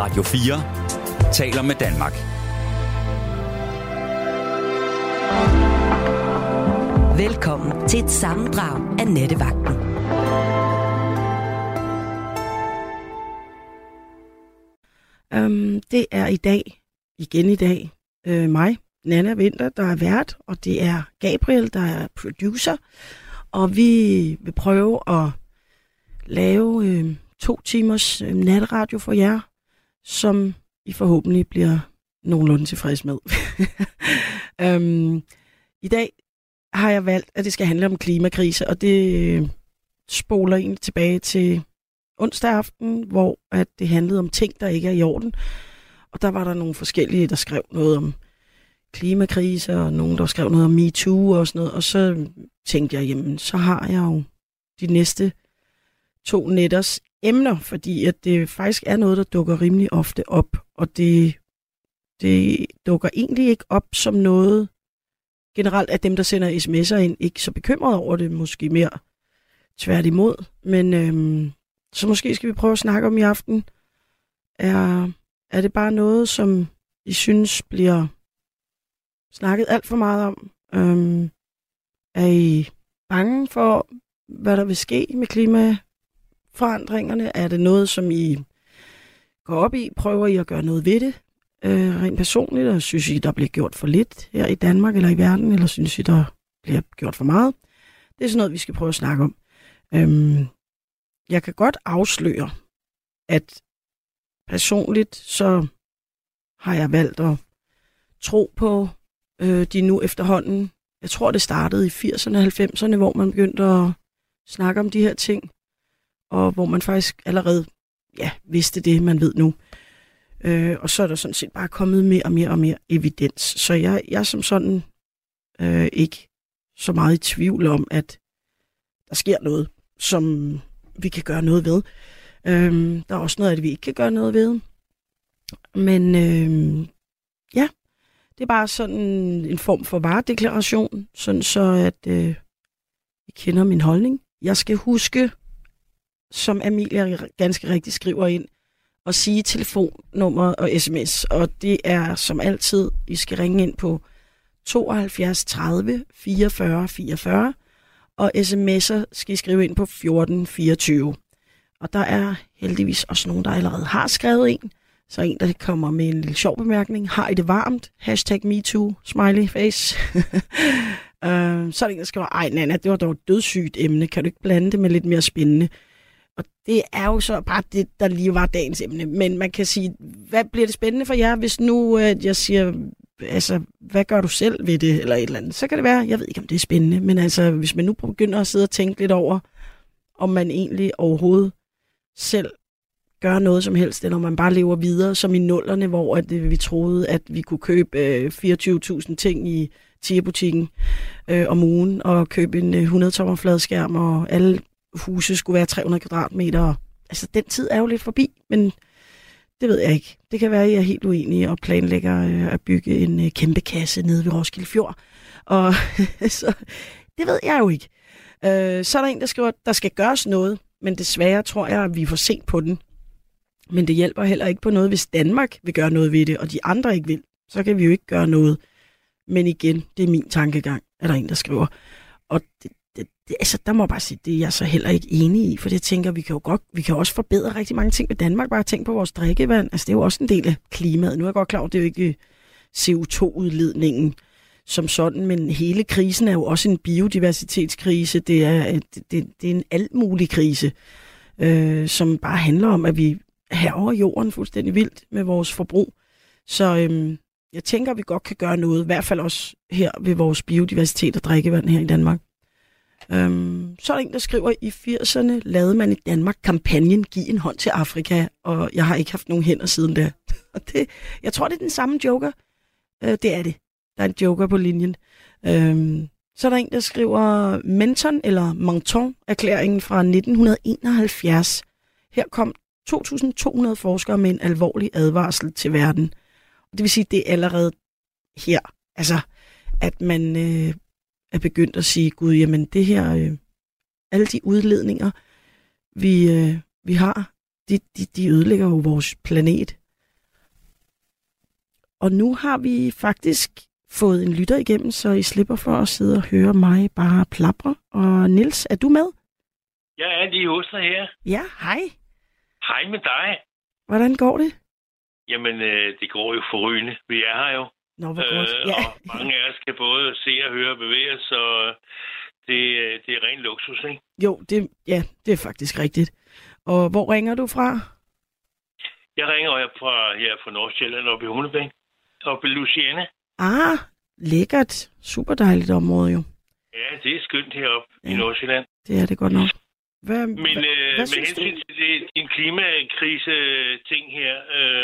Radio 4 taler med Danmark. Velkommen til et sammendrag af Nattevagten. Det er i dag, mig, Nanna Winther, der er vært, og det er Gabriel, der er producer. Og vi vil prøve at lave 2 timers natteradio for jer, som I forhåbentlig bliver nogenlunde tilfreds med. I dag har jeg valgt, at det skal handle om klimakrise, og det spoler egentlig tilbage til onsdag aften, hvor at det handlede om ting, der ikke er i orden. Og der var der nogle forskellige, der skrev noget om klimakrise, og nogen, der skrev noget om MeToo og sådan noget. Og så tænkte jeg, jamen, så har jeg jo de næste 2 nætters emner, fordi at det faktisk er noget, der dukker rimelig ofte op. Og det dukker egentlig ikke op som noget, generelt at dem, der sender sms'er ind, ikke så bekymrede over det, måske mere tværtimod. Men så måske skal vi prøve at snakke om i aften. Er det bare noget, som I synes bliver snakket alt for meget om? Er I bange for, hvad der vil ske med klimaforandringerne? Er det noget, som I går op i? Prøver I at gøre noget ved det? Rent personligt, og synes I, der bliver gjort for lidt her i Danmark eller i verden? Eller synes I, der bliver gjort for meget? Det er sådan noget, vi skal prøve at snakke om. Jeg kan godt afsløre, at personligt så har jeg valgt at tro på de nu efterhånden. Jeg tror, det startede i 80'erne og 90'erne, hvor man begyndte at snakke om de her ting, og hvor man faktisk allerede vidste det, man ved nu. Og så er der sådan set bare kommet mere og mere evidens. Så jeg er som sådan ikke så meget i tvivl om, at der sker noget, som vi kan gøre noget ved. Der er også noget af det, vi ikke kan gøre noget ved. Men det er bare sådan en form for varedeklaration, sådan så at I kender min holdning. Jeg skal huske, som Amelia ganske rigtigt skriver ind, at sige telefonnummer og sms. Og det er som altid, I skal ringe ind på 72 30 44 44, og sms'er skal I skrive ind på 14 24. Og der er heldigvis også nogen, der allerede har skrevet en. Så en, der kommer med en lille sjov bemærkning. Har I det varmt? #MeToo, smiley face. Så er der en, der skriver, ej Nanna, det var dog et dødssygt emne. Kan du ikke blande det med lidt mere spændende? Og det er jo så bare det, der lige var dagens emne. Men man kan sige, hvad bliver det spændende for jer, hvis nu jeg siger, altså, hvad gør du selv ved det, eller et eller andet? Så kan det være, jeg ved ikke, om det er spændende, men altså, hvis man nu begynder at sidde og tænke lidt over, om man egentlig overhovedet selv gør noget som helst, eller om man bare lever videre, som i nullerne, hvor at vi troede, at vi kunne købe 24.000 ting i TIA-butikken om ugen, og købe en 100-tommer fladskærm, og alle huse skulle være 300 kvadratmeter. Altså, den tid er jo lidt forbi, men det ved jeg ikke. Det kan være, at I er helt uenige og planlægger at bygge en kæmpe kasse nede ved Roskilde Fjord. Og så, det ved jeg jo ikke. Så er der en, der skriver, at der skal gøres noget, men desværre tror jeg, at vi er for sent på den. Men det hjælper heller ikke på noget, hvis Danmark vil gøre noget ved det, og de andre ikke vil. Så kan vi jo ikke gøre noget. Men igen, det er min tankegang, er der en, der skriver. Og altså, der må jeg bare sige, det er jeg så heller ikke enig i, for det tænker vi kan også forbedre rigtig mange ting med Danmark. Bare tænk på vores drikkevand. Altså, det er jo også en del af klimaet. Nu er jeg godt klar over, det er jo ikke CO2-udledningen som sådan, men hele krisen er jo også en biodiversitetskrise. Det er en alt mulig krise, som bare handler om, at vi hærger jorden fuldstændig vildt med vores forbrug. Så jeg tænker, at vi godt kan gøre noget, i hvert fald også her ved vores biodiversitet og drikkevand her i Danmark. Så er der en, der skriver, i 80'erne lavede man i Danmark kampagnen Giv en hånd til Afrika, og jeg har ikke haft nogen hænder siden da. Og jeg tror, det er den samme joker. Det er det. Der er en joker på linjen. Så er der en, der skriver Menton eller Menton-erklæringen fra 1971. Her kom 2.200 forskere med en alvorlig advarsel til verden. Og det vil sige, det er allerede her. Altså, at man er begyndt at sige, gud, jamen det her, alle de udledninger, vi har, de ødelægger jo vores planet. Og nu har vi faktisk fået en lytter igennem, så I slipper for at sidde og høre mig bare plapre. Og Niels, er du med? Jeg er lige hos dig her. Ja, hej. Hej med dig. Hvordan går det? Jamen, det går jo forrygende. Vi er her jo. Nå, hvor godt. Ja. Og mange af os kan både se og høre og bevæge os, så det er ren luksus, ikke? Jo, det er faktisk rigtigt. Og hvor ringer du fra? Jeg ringer her fra Nordsjælland oppe i Humlebæk. Oppe i Louisiana. Ah, lækkert. Super dejligt område jo. Ja, det er skønt heroppe i Nordsjælland. Det er det godt nok. Hvad med synes hensyn til din klimakrise-ting her,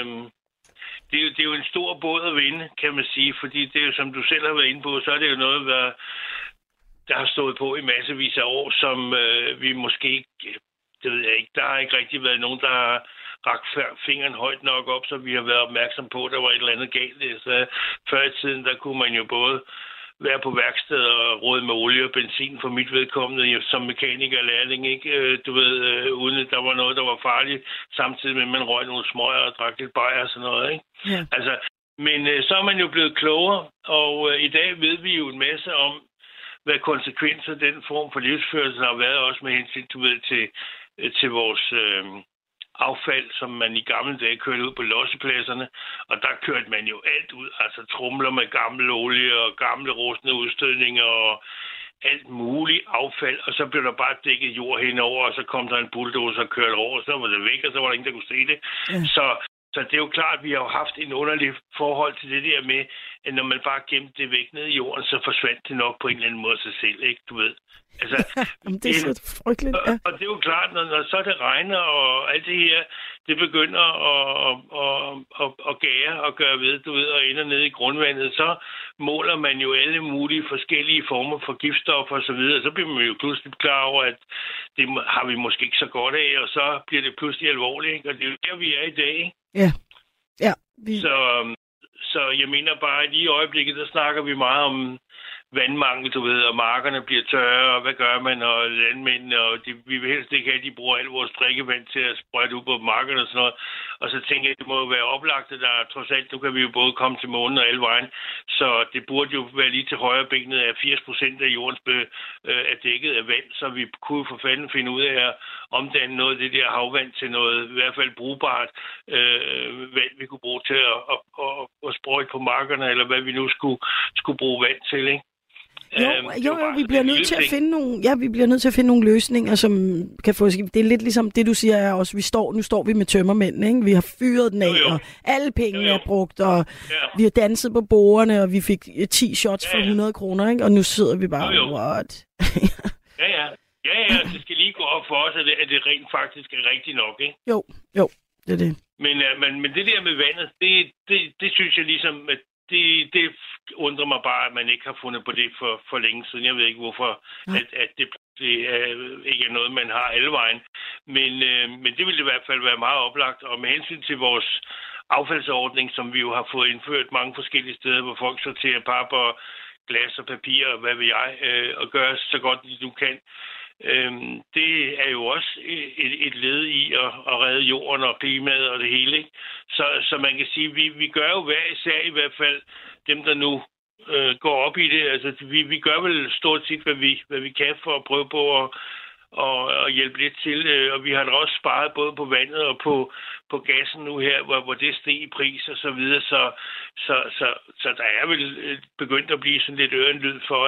det er jo en stor båd at vinde, kan man sige, fordi det er jo, som du selv har været inde på, så er det jo noget, der har stået på i massevis af år, som vi måske ikke, det ved jeg ikke, der har ikke rigtig været nogen, der har rakt fingeren højt nok op, så vi har været opmærksom på, at der var et eller andet galt. Så før i tiden, der kunne man jo både være på værksted og råde med olie og benzin for mit vedkommende som mekaniker lærling, ikke? Du ved, uden at der var noget, der var farligt, samtidig med, at man røg nogle smøger og drak lidt bajer og sådan noget, ikke? Ja. Altså, men så er man jo blevet klogere, og i dag ved vi jo en masse om, hvad konsekvenser den form for livsførelse har været, også med hensyn til vores affald, som man i gamle dage kørte ud på lossepladserne, og der kørte man jo alt ud, altså tromler med gammel olie og gamle rustne udstødninger og alt muligt affald, og så blev der bare dækket jord henover, og så kom der en bulldozer og kørte over, og så var det væk, og så var der ingen, der kunne se det. Ja. Så det er jo klart, at vi har jo haft en underlig forhold til det der med, at når man bare gemte det væk ned i jorden, så forsvandt det nok på en eller anden måde sig selv, ikke? Du ved. Altså, det er så frygteligt, ja. Og det er jo klart, når så det regner, og alt det her, det begynder at gære og gøre ved, du ved, og ender nede i grundvandet, så måler man jo alle mulige forskellige former for giftstoffer og så videre, så bliver man jo pludselig klar over, at det har vi måske ikke så godt af, og så bliver det pludselig alvorligt, ikke? Og det er jo der, vi er i dag, ikke? Ja. Ja. Så jeg mener bare, at lige i øjeblikket, der snakker vi meget om vandmangel, du ved, og markerne bliver tørre, og hvad gør man, og landmændene, og vi vil helst ikke have, at de bruger alt vores drikkevand til at sprøjte ud på markerne og sådan noget. Og så tænker jeg, at det må jo være oplagt, at der trods alt, nu kan vi jo både komme til månen og alle vejen, så det burde jo være lige til højre benet, at 80% af jordens er dækket af vand, så vi kunne for fanden finde ud af at omdanne noget af det der havvand til noget i hvert fald brugbart vand, vi kunne bruge til at sprøjte på markerne, eller hvad vi nu skulle bruge vand til, ikke? Jo, vi bliver nødt til at finde nogle, løsninger, som kan få. Det er lidt ligesom det, du siger, er også, nu står vi med tømmermænd, ikke? Vi har fyret den af, og alle pengene er brugt, og vi har danset på bordene, og vi fik 10 shots for 100 kroner, ikke? Og nu sidder vi bare, what? Ja, det skal lige gå op for os, at det rent faktisk er rigtigt nok, ikke? Jo, det er det. Men det der med vandet, det synes jeg ligesom, at det undrer mig bare, at man ikke har fundet på det for længe siden. Jeg ved ikke, hvorfor at det ikke er noget, man har alle vejen. Men det ville i hvert fald være meget oplagt. Og med hensyn til vores affaldsordning, som vi jo har fået indført mange forskellige steder, hvor folk sorterer pap og glas og papir og hvad ved jeg, og gør så godt, du kan. Det er jo også et led i at redde jorden og klimaet og det hele, ikke? Så man kan sige, vi gør jo hver især i hvert fald dem, der nu går op i det. Altså, vi gør vel stort set, hvad vi kan for at prøve på at hjælpe lidt til. Og vi har da også sparet både på vandet og på gassen nu her, hvor det steg i pris og så videre. Så der er vel begyndt at blive sådan lidt ørenlyd for,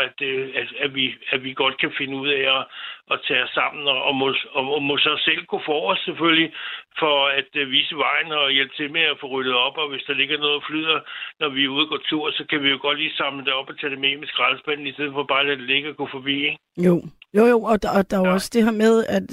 at vi godt kan finde ud af at tage os sammen og må så selv gå for os selvfølgelig for at vise vejen og hjælpe til med at få ryddet op. Og hvis der ligger noget flyder, når vi er ude og gå tur, så kan vi jo godt lige samle det op og tage det med skraldespanden, i stedet for bare at lade det ligge og gå forbi, ikke? Jo, og der er også det her med, at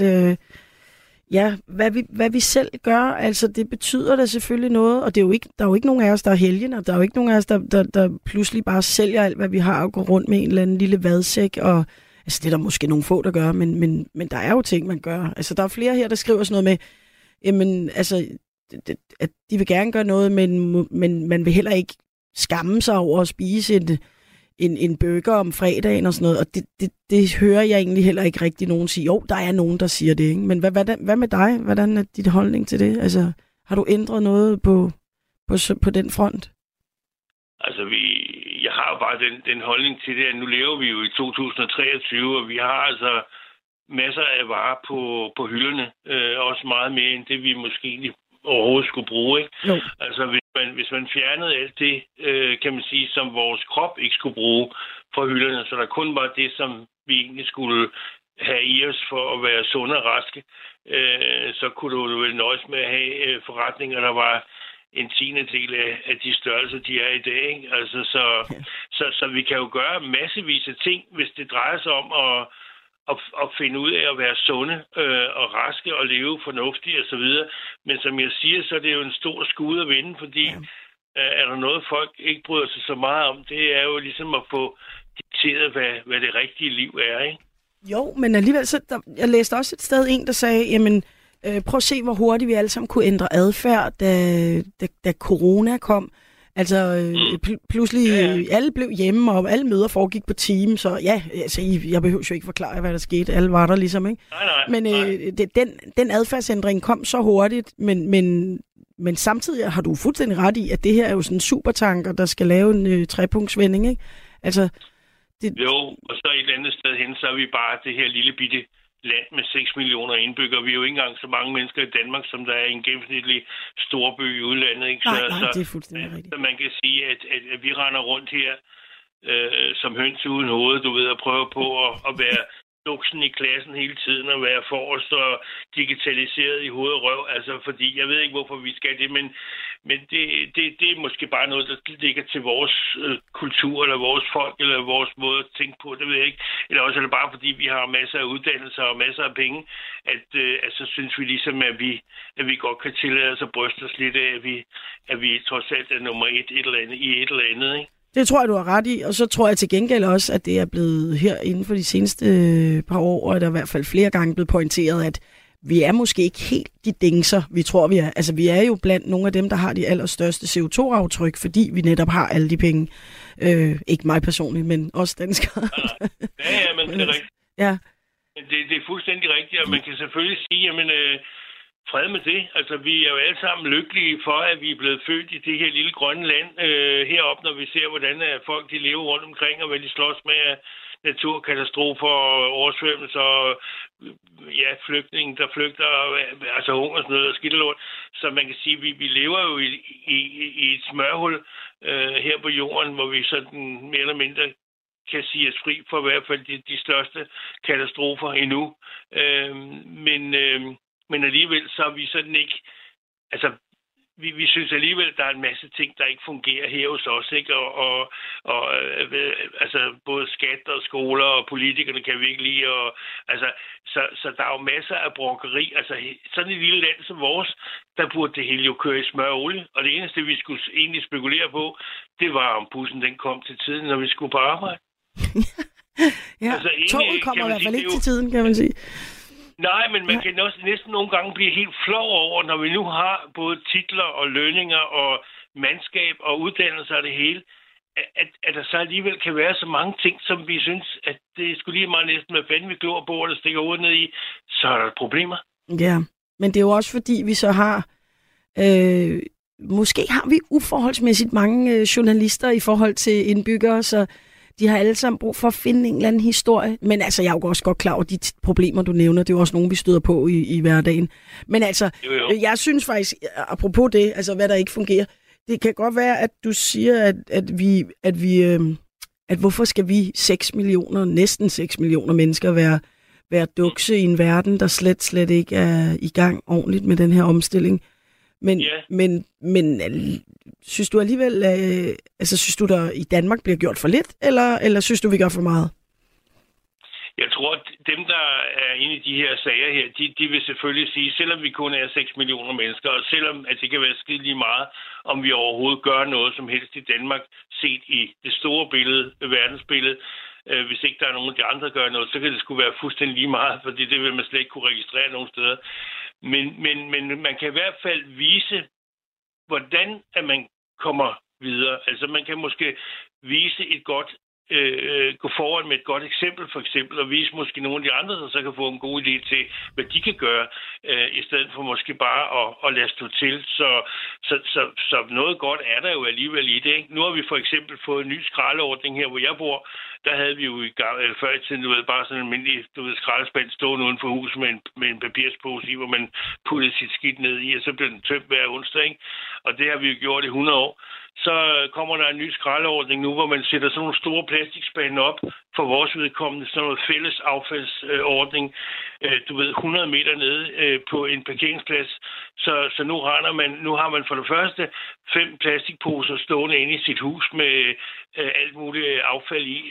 hvad vi selv gør, altså det betyder da selvfølgelig noget, og det er jo ikke, der er jo ikke nogen af os, der er helgen, og der er jo ikke nogen af os, der pludselig bare sælger alt, hvad vi har, og går rundt med en eller anden lille vadsæk, og altså det er der måske nogle få, der gør, men der er jo ting, man gør. Altså der er flere her, der skriver sådan noget med, jamen altså, at de vil gerne gøre noget, men man vil heller ikke skamme sig over at spise en burger om fredagen og sådan noget, og det hører jeg egentlig heller ikke rigtig nogen sige. Jo, der er nogen, der siger det, ikke? Men hvad med dig? Hvordan er dit holdning til det? Altså, har du ændret noget på den front? Altså, jeg har jo bare den holdning til det, at nu lever vi jo i 2023, og vi har altså masser af varer på hylderne. Også meget mere end det, vi måske overhovedet skulle bruge, ikke? Jo. Altså, hvis man fjernede alt det, kan man sige, som vores krop ikke skulle bruge fra hylderne, så der kun var det, som vi egentlig skulle have i os for at være sunde og raske, så kunne du vel nøjes med at have forretninger, der var en tiendedel af de størrelser, de er i dag, ikke? Altså, så vi kan jo gøre massevis af ting, hvis det drejer sig om at finde ud af at være sunde og raske og leve fornuftigt og så videre. Men som jeg siger, så er det jo en stor skud at vinde, fordi er der noget, folk ikke bryder sig så meget om, det er jo ligesom at få dikteret, hvad det rigtige liv er, ikke? Jo, men alligevel, jeg læste også et sted en, der sagde, jamen, prøv at se, hvor hurtigt vi alle sammen kunne ændre adfærd, da corona kom. Altså, pludselig alle blev hjemme, og alle møder foregik på Teams, så ja, altså, jeg behøver jo ikke forklare, hvad der skete. Alle var der ligesom, ikke? Nej. Men den adfærdsændring kom så hurtigt, men samtidig har du fuldstændig ret i, at det her er jo sådan en supertanker, der skal lave en trepunktsvending, ikke? Altså, Jo, og så et andet sted hen, så er vi bare det her lille bitte land med 6 millioner indbyggere. Vi er jo ikke engang så mange mennesker i Danmark, som der er en gennemsnitlig storby i udlandet. Ikke? Nej, det er fuldstændig rigtigt. Så man kan sige, at vi render rundt her som høns uden hoved, du ved, og prøver på at være duksen i klassen hele tiden og være forrest og digitaliseret i hoved og røv. Altså, fordi jeg ved ikke, hvorfor vi skal det, men det er måske bare noget, der ligger til vores kultur, eller vores folk, eller vores måde at tænke på, det ved jeg ikke. Eller også er det bare, fordi vi har masser af uddannelser og masser af penge, at så synes vi ligesom, at vi godt kan tillade os at bryste os lidt af, at vi trods alt er nummer et eller andet, ikke? Det tror jeg, du har ret i, og så tror jeg til gengæld også, at det er blevet her inden for de seneste par år, og der er i hvert fald flere gange blevet pointeret, at vi er måske ikke helt de dingser, vi tror, vi er. Altså, vi er jo blandt nogle af dem, der har de allerstørste CO2-aftryk, fordi vi netop har alle de penge. Ikke mig personligt, men også danskere. Ja, men det er rigtigt. Ja. Men det er fuldstændig rigtigt, og man kan selvfølgelig sige, jamen, fred med det. Altså, vi er jo alle sammen lykkelige for, at vi er blevet født i det her lille grønne land heroppe, når vi ser, hvordan folk de lever rundt omkring, og hvad de slås med af naturkatastrofer og oversvømmelser og flygtninge, der flygter, altså hungersnød og skidtelort. Så man kan sige, at vi lever jo i et smørhul her på jorden, hvor vi sådan mere eller mindre kan sige os fri for i hvert fald de største katastrofer endnu. Men alligevel så er vi sådan ikke... Altså, vi synes alligevel, at der er en masse ting, der ikke fungerer her hos os, ikke? Altså, både skat og skoler og politikerne kan vi ikke lide. Og, altså, så der er jo masser af brokkeri. Altså, sådan et lille land som vores, der burde det hele jo køre i smør og olie. Og det eneste, vi skulle egentlig spekulere på, det var, om bussen den kom til tiden, når vi skulle på arbejde. Ja, altså, toget kommer i hvert fald ikke til tiden, kan man sige. Nej, men man kan også næsten nogle gange blive helt flov over, når vi nu har både titler og lønninger og mandskab og uddannelser og det hele, at der så alligevel kan være så mange ting, som vi synes, at det skulle lige meget næsten være fanden, vi glor på, og der stikker hovedet ned i, så er der problemer. Ja, men det er jo også fordi, vi så har... måske har vi uforholdsmæssigt mange journalister i forhold til indbyggere, så de har alle sammen brug for at finde en eller anden historie. Men altså, jeg er jo også godt klar over de problemer, du nævner. Det er jo også nogle, vi støder på i hverdagen. Men altså, jeg synes faktisk, apropos det, altså hvad der ikke fungerer, det kan godt være, at du siger, at hvorfor skal vi 6 millioner, næsten 6 millioner mennesker være dukse i en verden, der slet ikke er i gang ordentligt med den her omstilling. Men synes du alligevel, synes du, der i Danmark bliver gjort for lidt, eller synes du, vi gør for meget? Jeg tror, at dem, der er inde i de her sager her, de vil selvfølgelig sige, selvom vi kun er 6 millioner mennesker, og selvom at det kan være skide lige meget, om vi overhovedet gør noget som helst i Danmark, set i det store billede, verdensbillede, hvis ikke der er nogen af de andre, der gør noget, så kan det sgu være fuldstændig lige meget, fordi det vil man slet ikke kunne registrere nogen steder. Men man kan i hvert fald vise, hvordan at man kommer videre. Altså man kan måske vise et godt gå foran med et godt eksempel, for eksempel, og vise måske nogle af de andre, der så kan få en god idé til, hvad de kan gøre, i stedet for måske bare at lade stå til. Så noget godt er der jo alligevel i det, ikke? Nu har vi for eksempel fået en ny skraldeordning her, hvor jeg bor. Der havde vi jo før i tiden, bare sådan en almindelig skraldespand stående uden for huset med en papirspose i, hvor man puttede sit skidt ned i, og så blev den tømt hver onsdag, ikke? Og det har vi jo gjort i 100 år. Så kommer der en ny skraldeordning nu, hvor man sætter sådan nogle store plastikspande op for vores vedkommende, sådan noget fælles affaldsordning, 100 meter nede på en parkeringsplads. Så nu har man for det første 5 plastikposer stående inde i sit hus med alt muligt affald i,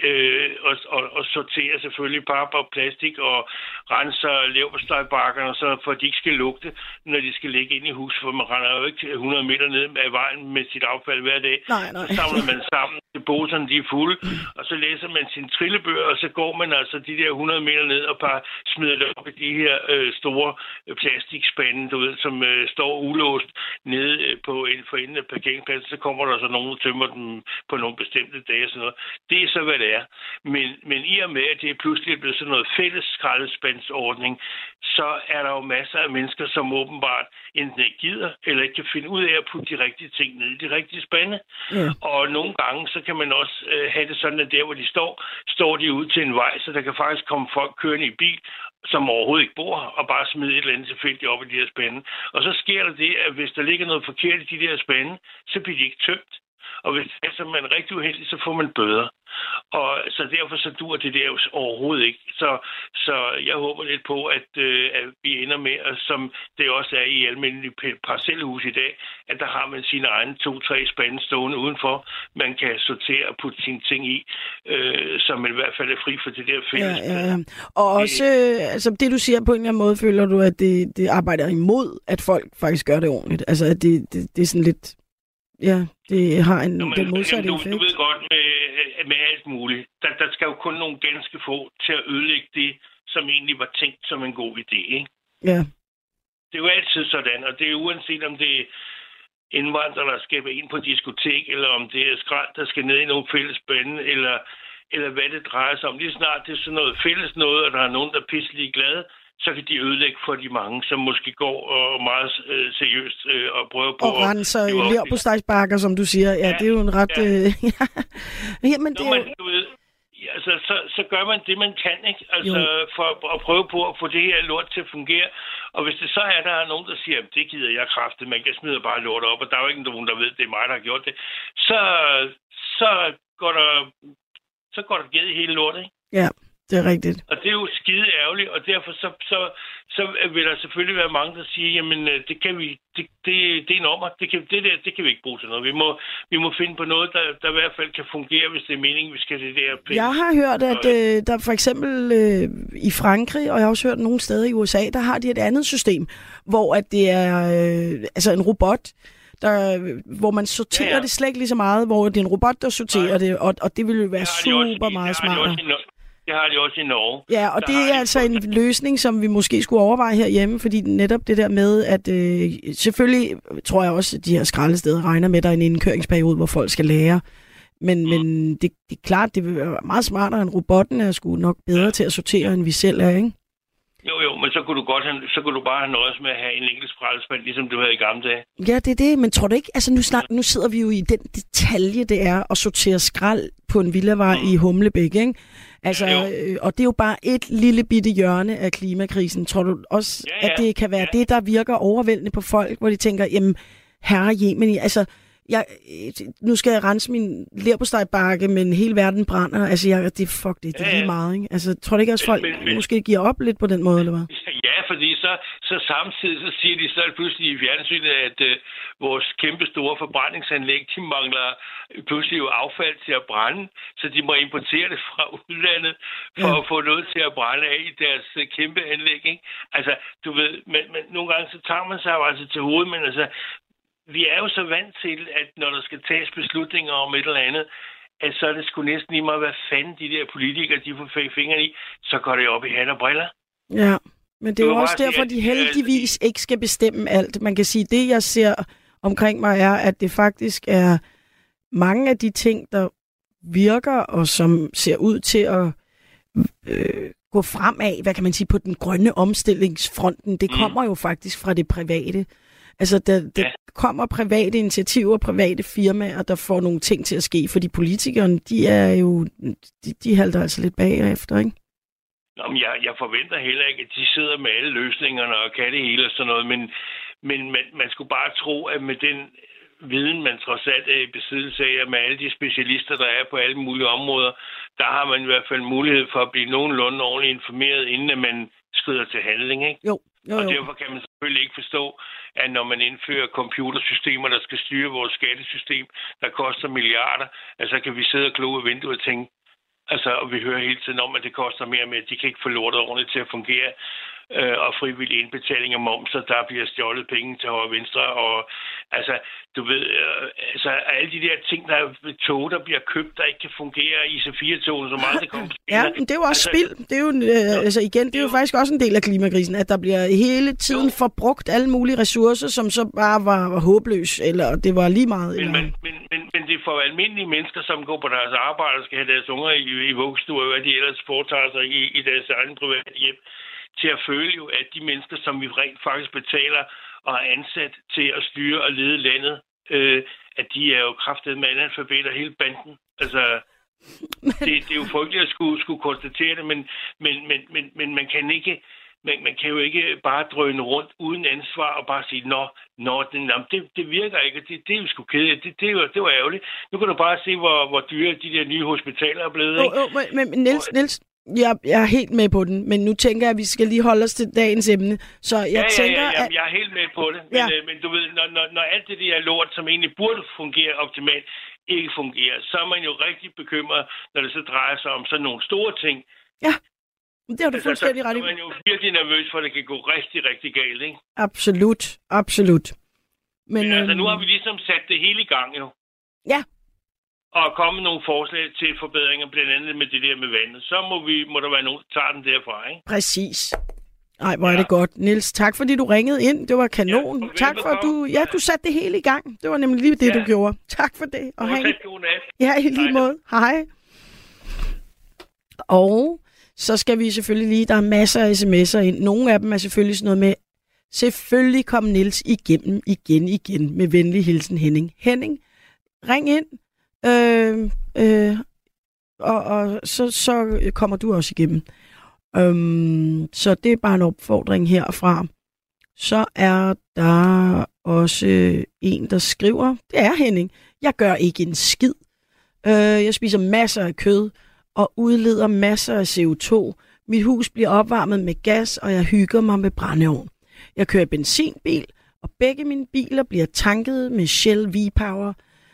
og sorterer selvfølgelig pap og plastik og renser leverpostejbakkerne, så for at de ikke skal lugte, når de skal ligge inde i huset, for man render jo ikke 100 meter ned af vejen med sit affald hver dag. Nej. Så samler man sammen til poserne, de er fulde, og så læser man sin trillebøger, og så går man altså de der 100 meter ned og bare smider det op i de her store plastikspande, som står ulåst nede på for enden af parkeringspladsen. Så kommer der så nogen, der tømmer dem på nogle bestemte dage og sådan noget. Det er så, hvad det er. Men i og med, at det pludselig er blevet sådan noget fælles skraldespandsordning, så er der jo masser af mennesker, som åbenbart enten ikke gider, eller ikke kan finde ud af at putte de rigtige ting ned i de rigtige spande. Ja. Og nogle gange, så kan man også have det sådan, at der, hvor de står de ud til en vej, så der kan faktisk komme folk kørende i bil, som overhovedet ikke bor her, og bare smide et eller andet tilfældigt op i de her spande. Og så sker der det, at hvis der ligger noget forkert i de der spande, så bliver de ikke tømt. Og hvis det er så man er rigtig uheldig, så får man bøder. Og så derfor så dur det der jo overhovedet ikke. Så jeg håber lidt på, at vi ender med, som det også er i almindelige parcelhus i dag, at der har man sine egne 2-3 spande stående udenfor. Man kan sortere og putte sine ting i, så man i hvert fald er fri for det der fælles. Ja. Og også, altså det du siger på en eller anden måde, føler du, at det arbejder imod, at folk faktisk gør det ordentligt? Altså at det er sådan lidt... Ja, det har den modsatte effekt. Du ved godt med alt muligt. Der skal jo kun nogle ganske få til at ødelægge det, som egentlig var tænkt som en god idé, ikke? Ja. Det er jo altid sådan, og det er uanset om det er indvandrere, der skal ind på diskotek, eller om det er skrald, der skal ned i nogle fælles bande, eller hvad det drejer sig om. Lige snart det er sådan noget fælles noget, og der er nogen, der er pisselig glade, så kan de ødelægge for de mange, som måske går og meget seriøst og prøver på... Og renser leverpostejbakker, som du siger. Ja, det er jo en ret... Jamen, det er jo... Altså, så gør man det, man kan, ikke? Altså, for at prøve på at få det her lort til at fungere. Og hvis det så er, der er nogen, der siger, at det gider jeg kraftigt, man kan smide bare lort op, og der er jo ikke nogen, der ved, at det er mig, der har gjort det, så går der gæld i hele lortet, ikke? Ja. Det er rigtigt. Og det er jo skide ærgerligt, og derfor så vil der selvfølgelig være mange, der siger, jamen det kan vi, det er en ommer, det kan vi ikke bruge til noget. Vi må finde på noget, der i hvert fald kan fungere, hvis det er meningen, vi skal det der penge. Jeg har hørt, at der for eksempel i Frankrig, og jeg har også hørt nogle steder i USA, der har de et andet system, hvor at det er altså en robot, hvor man sorterer det slet ikke lige så meget, hvor det er en robot, der sorterer det, og det vil jo være super meget smartere. Det har de også i Norge. Ja, og det er altså en løsning, som vi måske skulle overveje herhjemme, fordi netop det der med, at selvfølgelig tror jeg også, at de her skraldesteder regner med, at der er en indkøringsperiode, hvor folk skal lære. Men det er klart, det vil være meget smartere end robotten, er sgu nok bedre til at sortere, end vi selv er, ikke? Jo, men så kunne du bare have nøjes med at have en enkelt skraldespand, ligesom du havde i gamle dage. Ja, det er det, men tror du ikke, altså nu sidder vi jo i den detalje, det er at sortere skrald på en villavej i Humlebæk, ikke? Altså, og det er jo bare et lille bitte hjørne af klimakrisen. Tror du også, at det kan være det, der virker overvældende på folk, hvor de tænker, jamen, herre Jemini, altså, nu skal jeg rense min leverpostejbakke, men hele verden brænder. Altså, det er lige meget, ikke? Altså, tror du ikke også, folk måske giver op lidt på den måde, eller hvad? Ja, fordi så samtidig så siger de så pludselig i fjernsynet, at vores kæmpe store forbrændingsanlæg, de mangler pludselig jo affald til at brænde, så de må importere det fra udlandet for at få noget til at brænde af i deres kæmpe anlæg, ikke? Altså, du ved, men nogle gange så tager man sig jo altså til hovedet, men altså, vi er jo så vant til, at når der skal tages beslutninger om et eller andet, at så er det sgu næsten lige meget, hvad fanden de der politikere, de får fingre i, så går det op i hat og briller. Ja, men det er jo også derfor, de heldigvis ikke skal bestemme alt. Man kan sige, det jeg ser omkring mig er, at det faktisk er mange af de ting, der virker, og som ser ud til at gå fremad, hvad kan man sige, på den grønne omstillingsfronten, det kommer jo faktisk fra det private. Altså, der kommer private initiativer, private firmaer, der får nogle ting til at ske, fordi politikerne, de halter altså lidt bagefter, ikke? Nå, men jeg forventer heller ikke, at de sidder med alle løsningerne og kan det hele og sådan noget, men man skulle bare tro, at med den viden, man trods alt er i besiddelse af, med alle de specialister, der er på alle mulige områder, der har man i hvert fald mulighed for at blive nogenlunde ordentligt informeret, inden at man skrider til handling, ikke? Jo. Og derfor kan man selvfølgelig ikke forstå, at når man indfører computersystemer, der skal styre vores skattesystem, der koster milliarder, altså kan vi sidde og glo ud af vinduet og tænke, altså, og vi hører hele tiden om, at det koster mere og mere, de kan ikke få lortet ordentligt til at fungere, og frivillig indbetaling af moms, så der bliver stjålet penge til højre og venstre, og altså, du ved, altså, alle de der ting, der er tog, der bliver købt, der ikke kan fungere, IC4-togene, som aldrig kommer. Ja, men det er jo også spild. Det er jo, igen, det er jo faktisk også en del af klimakrisen, at der bliver hele tiden forbrugt alle mulige ressourcer, som så bare var håbløs, eller det var lige meget. Men det er for almindelige mennesker, som går på deres arbejde og skal have deres unger i vuggestuer, hvad de ellers foretager sig i deres egen private hjem, til at føle jo, at de mennesker, som vi rent faktisk betaler og er ansat til at styre og lede landet, at de er jo kraftedeme med analfabeter hele banden. Altså, det er jo frygteligt at skulle konstatere det, men man kan ikke... Man kan jo ikke bare drøne rundt uden ansvar og bare sige, det virker ikke, det er jo sgu kedeligt, det var ærgerligt. Nu kan du bare se, hvor dyre de der nye hospitaler er blevet, ikke? Men Niels, jeg er helt med på den, men nu tænker jeg, at vi skal lige holde os til dagens emne. Så jeg tænker, at... jeg er helt med på det, men du ved, når alt det der lort, som egentlig burde fungere optimalt, ikke fungerer, så er man jo rigtig bekymret, når det så drejer sig om sådan nogle store ting. Ja. Det har du fuldstændig ret i. Så er man jo virkelig nervøs for, at det kan gå rigtig, rigtig galt, ikke? Absolut. Men altså, nu har vi ligesom sat det hele i gang, jo. Ja. Og kommet nogle forslag til forbedringer, blandt andet med det der med vandet. Så må der være nogen, der tager den derfra, ikke? Præcis. Ej, hvor er det godt. Niels, tak fordi du ringede ind. Det var kanon. Ja, tak for, at du satte det hele i gang. Det var nemlig lige det, du gjorde. Tak for det. Og god nat. Ja, i lige måde. Hej. Og... så skal vi selvfølgelig lige, der er masser af sms'er ind. Nogle af dem er selvfølgelig sådan noget med, selvfølgelig kom Niels igennem igen med venlig hilsen Henning. Henning, ring ind, og så kommer du også igennem. Så det er bare en opfordring herfra. Så er der også en, der skriver, det er Henning, jeg gør ikke en skid. Jeg spiser masser af kød, og udleder masser af CO2. Mit hus bliver opvarmet med gas, og jeg hygger mig med brændeovn. Jeg kører benzinbil, og begge mine biler bliver tanket med Shell V-Power.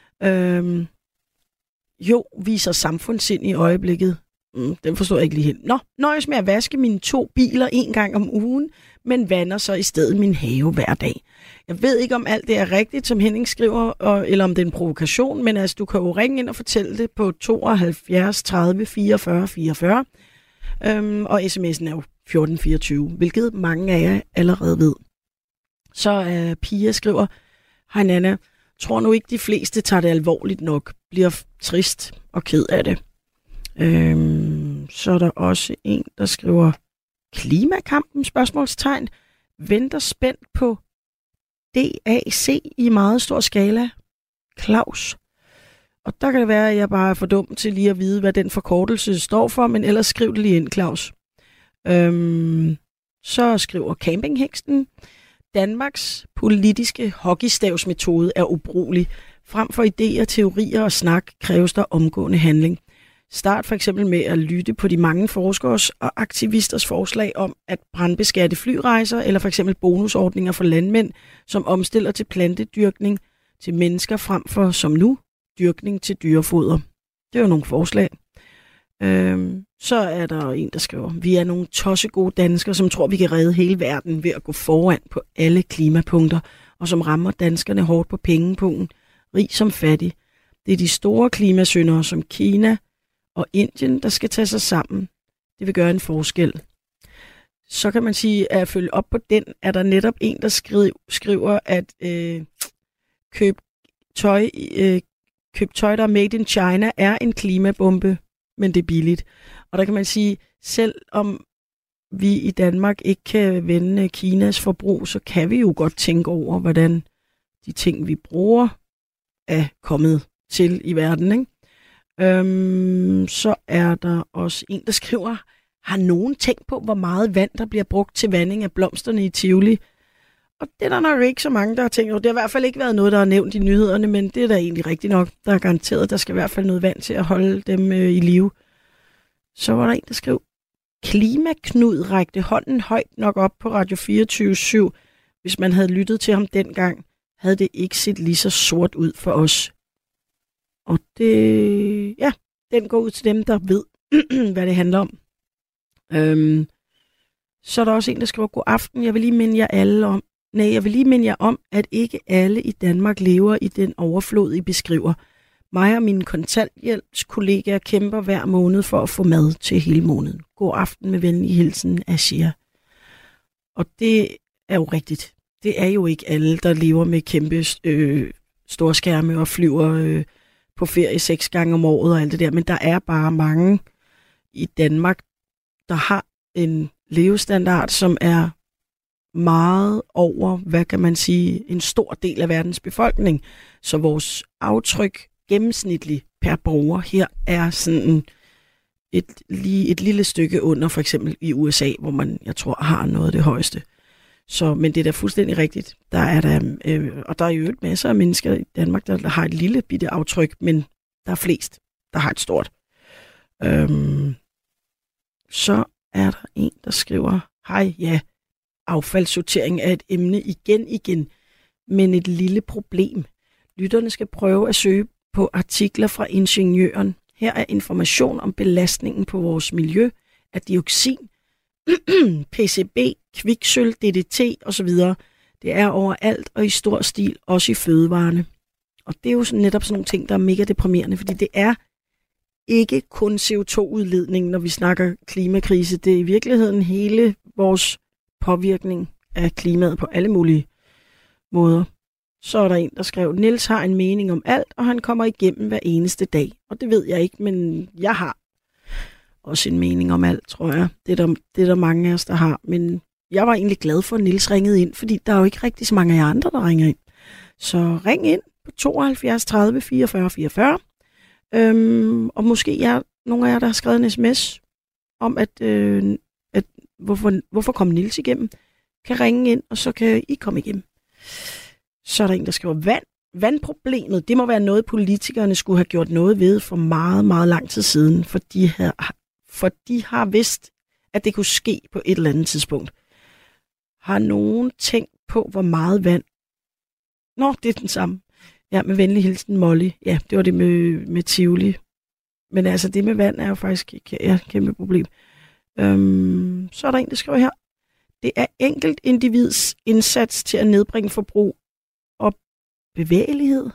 Viser samfundssind i øjeblikket. Den forstår jeg ikke lige helt. Nøjes med at vaske mine 2 biler 1 gang om ugen, men vander så i stedet min have hver dag. Jeg ved ikke, om alt det er rigtigt, som Henning skriver, eller om det er en provokation, men altså, du kan jo ringe ind og fortælle det på 72 30 44 44. Og sms'en er jo 1424, hvilket mange af jer allerede ved. Så Pia skriver, hej Nana, tror nu ikke de fleste tager det alvorligt nok, bliver trist og ked af det. Så er der også en, der skriver, klimakampen, spørgsmålstegn, venter spændt på DAC i meget stor skala. Claus. Og der kan det være, at jeg bare er for dum til lige at vide, hvad den forkortelse står for, men ellers skriv det lige ind, Claus. Så skriver campinghængsten, Danmarks politiske hockeystavsmetode er ubrugelig. Frem for idéer, teorier og snak kræves der omgående handling. Start for eksempel med at lytte på de mange forskers og aktivisters forslag om at brandbeskatte flyrejser, eller for eksempel bonusordninger for landmænd, som omstiller til plantedyrkning til mennesker frem for, som nu, dyrkning til dyrefoder. Det er jo nogle forslag. Så er der en, der skriver, vi er nogle tossegode danskere, som tror, vi kan redde hele verden ved at gå foran på alle klimapunkter, og som rammer danskerne hårdt på pengepunkten, rig som fattig. Det er de store klimasyndere som Kina og Indien, der skal tage sig sammen. Det vil gøre en forskel. Så kan man sige, at følge op på den, er der netop en, der skriver, at køb tøj købe tøj, der er made in China, er en klimabombe, men det er billigt. Og der kan man sige, selv om vi i Danmark ikke kan vende Kinas forbrug, så kan vi jo godt tænke over, hvordan de ting, vi bruger, er kommet til i verden, ikke? Så er der også en, der skriver, har nogen tænkt på, hvor meget vand, der bliver brugt til vanding af blomsterne i Tivoli? Og det er der nok ikke så mange, der har tænkt over. Det har i hvert fald ikke været noget, der er nævnt i nyhederne, men det er da egentlig rigtigt nok. Der er garanteret, der skal i hvert fald noget vand til at holde dem i live. Så var der en, der skrev, Klimaknud rækte hånden højt nok op på Radio 24/7. Hvis man havde lyttet til ham dengang, havde det ikke set lige så sort ud for os. Og det, ja, den går ud til dem, der ved, hvad det handler om. Så er der også en, der skriver, god aften, jeg vil lige minde jer om, at ikke alle i Danmark lever i den overflod, I beskriver. Mig og mine kontanthjælpskollegaer kæmper hver måned for at få mad til hele måneden. God aften med venlig hilsen, Ashia. Og det er jo rigtigt. Det er jo ikke alle, der lever med kæmpe storskærme og flyver på ferie 6 gange om året og alt det der. Men der er bare mange i Danmark, der har en levestandard, som er meget over, hvad kan man sige, en stor del af verdens befolkning. Så vores aftryk gennemsnitligt per borger her er sådan et lille stykke under, for eksempel i USA, hvor man, jeg tror, har noget af det højeste. Så, men det er da fuldstændig rigtigt. Der er og der er jo masser af mennesker i Danmark, der har et lille bitte aftryk, men der er flest, der har et stort. Så er der en, der skriver, hej, ja, affaldssortering er et emne igen, men et lille problem. Lytterne skal prøve at søge på artikler fra Ingeniøren. Her er information om belastningen på vores miljø af dioxin, PCB, kviksølv, DDT osv. Det er overalt og i stor stil, også i fødevarene. Og det er jo netop sådan nogle ting, der er mega deprimerende, fordi det er ikke kun CO2-udledning, når vi snakker klimakrise. Det er i virkeligheden hele vores påvirkning af klimaet på alle mulige måder. Så er der en, der skrev, Niels har en mening om alt, og han kommer igennem hver eneste dag. Og det ved jeg ikke, men jeg har også en mening om alt, tror jeg. Det er der mange af os, der har. Men jeg var egentlig glad for, at Niels ringede ind, fordi der er jo ikke rigtig så mange af jer andre, der ringer ind. Så ring ind på 72 30 44 44. Og måske nogle af jer, der har skrevet en sms om, at hvorfor kom Niels igennem, kan ringe ind, og så kan I komme igennem. Så er der en, der skriver, vandproblemet, det må være noget, politikerne skulle have gjort noget ved for meget, meget lang tid siden, for de har vidst, at det kunne ske på et eller andet tidspunkt. Har nogen tænkt på, hvor meget vand? Nå, det er den samme. Ja, med venlig hilsen, Molly. Ja, det var det med Tivoli. Men altså, det med vand er jo faktisk et kæmpe problem. Så er der en, der skriver her. Det er enkelt individs indsats til at nedbringe forbrug og bevægelighed.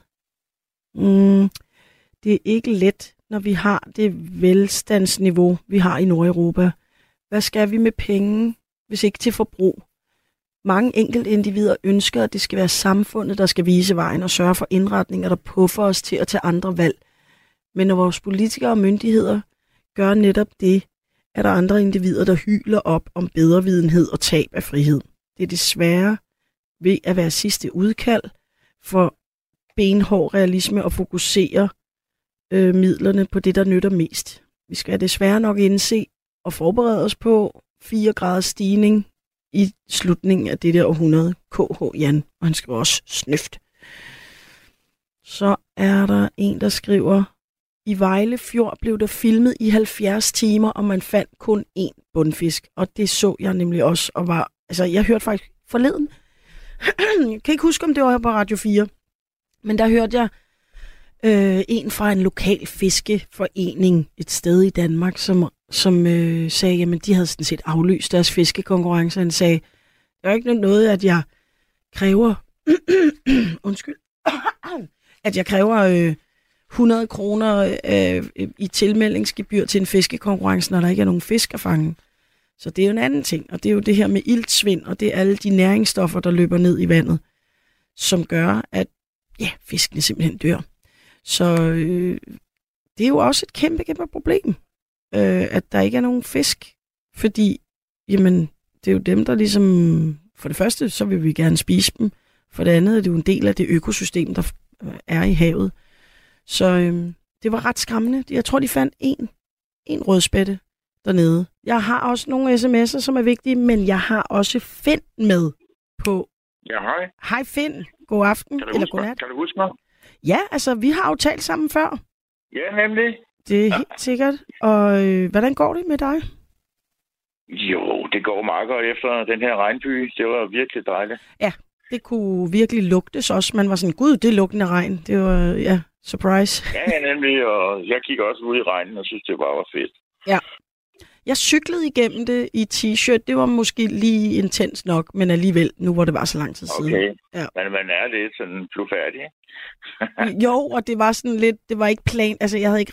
Det er ikke let, når vi har det velstandsniveau, vi har i Nordeuropa. Hvad skal vi med penge, hvis ikke til forbrug? Mange enkelte individer ønsker, at det skal være samfundet, der skal vise vejen og sørge for indretninger, der puffer os til at tage andre valg. Men når vores politikere og myndigheder gør netop det, er der andre individer, der hyler op om bedrevidenhed og tab af frihed. Det er desværre ved at være sidste udkald for benhård realisme og fokusere midlerne på det, der nytter mest. Vi skal desværre nok indse og forberede os på 4 graders stigning i slutningen af det der århundrede. KH Jan, og han skriver også snøft. Så er der en, der skriver, i Vejle Fjord blev der filmet i 70 timer, og man fandt kun 1 bundfisk. Og det så jeg nemlig også, og var, altså jeg hørte faktisk forleden, jeg kan ikke huske, om det var på Radio 4, men der hørte jeg en fra en lokal fiskeforening et sted i Danmark, som sagde, jamen de havde sådan set aflyst deres fiskekonkurrence. Han sagde, der er ikke noget, at jeg kræver, at jeg kræver 100 kroner i tilmeldingsgebyr til en fiskekonkurrence, når der ikke er nogen fisk at fange. Så det er jo en anden ting, og det er jo det her med iltsvind, og det er alle de næringsstoffer, der løber ned i vandet, som gør, at fiskene simpelthen dør. Så det er jo også et kæmpe, kæmpe problem, at der ikke er nogen fisk. Fordi, jamen, det er jo dem, der ligesom... For det første, så vil vi gerne spise dem. For det andet er det jo en del af det økosystem, der er i havet. Så det var ret skræmmende. Jeg tror, de fandt en rødspætte dernede. Jeg har også nogle sms'er, som er vigtige, men jeg har også Finn med på... Ja, hej. Hej Finn. God aften, eller godnat. Kan du huske mig? Ja, altså, vi har jo talt sammen før. Ja, nemlig. Det er helt sikkert. Og hvordan går det med dig? Jo, det går meget godt efter den her regnby. Det var virkelig dejligt. Ja, det kunne virkelig lugtes også. Man var sådan, gud, det er lugtende regn. Det var, ja, surprise. Ja, nemlig. Og jeg kiggede også ud i regnen og synes, det bare var fedt. Ja. Jeg cyklede igennem det i t-shirt. Det var måske lige intens nok, men alligevel, nu hvor det var så lang tid siden. Okay, ja. Men man er lidt sådan blufærdig. Jo, og det var sådan lidt, det var ikke plan, altså jeg havde ikke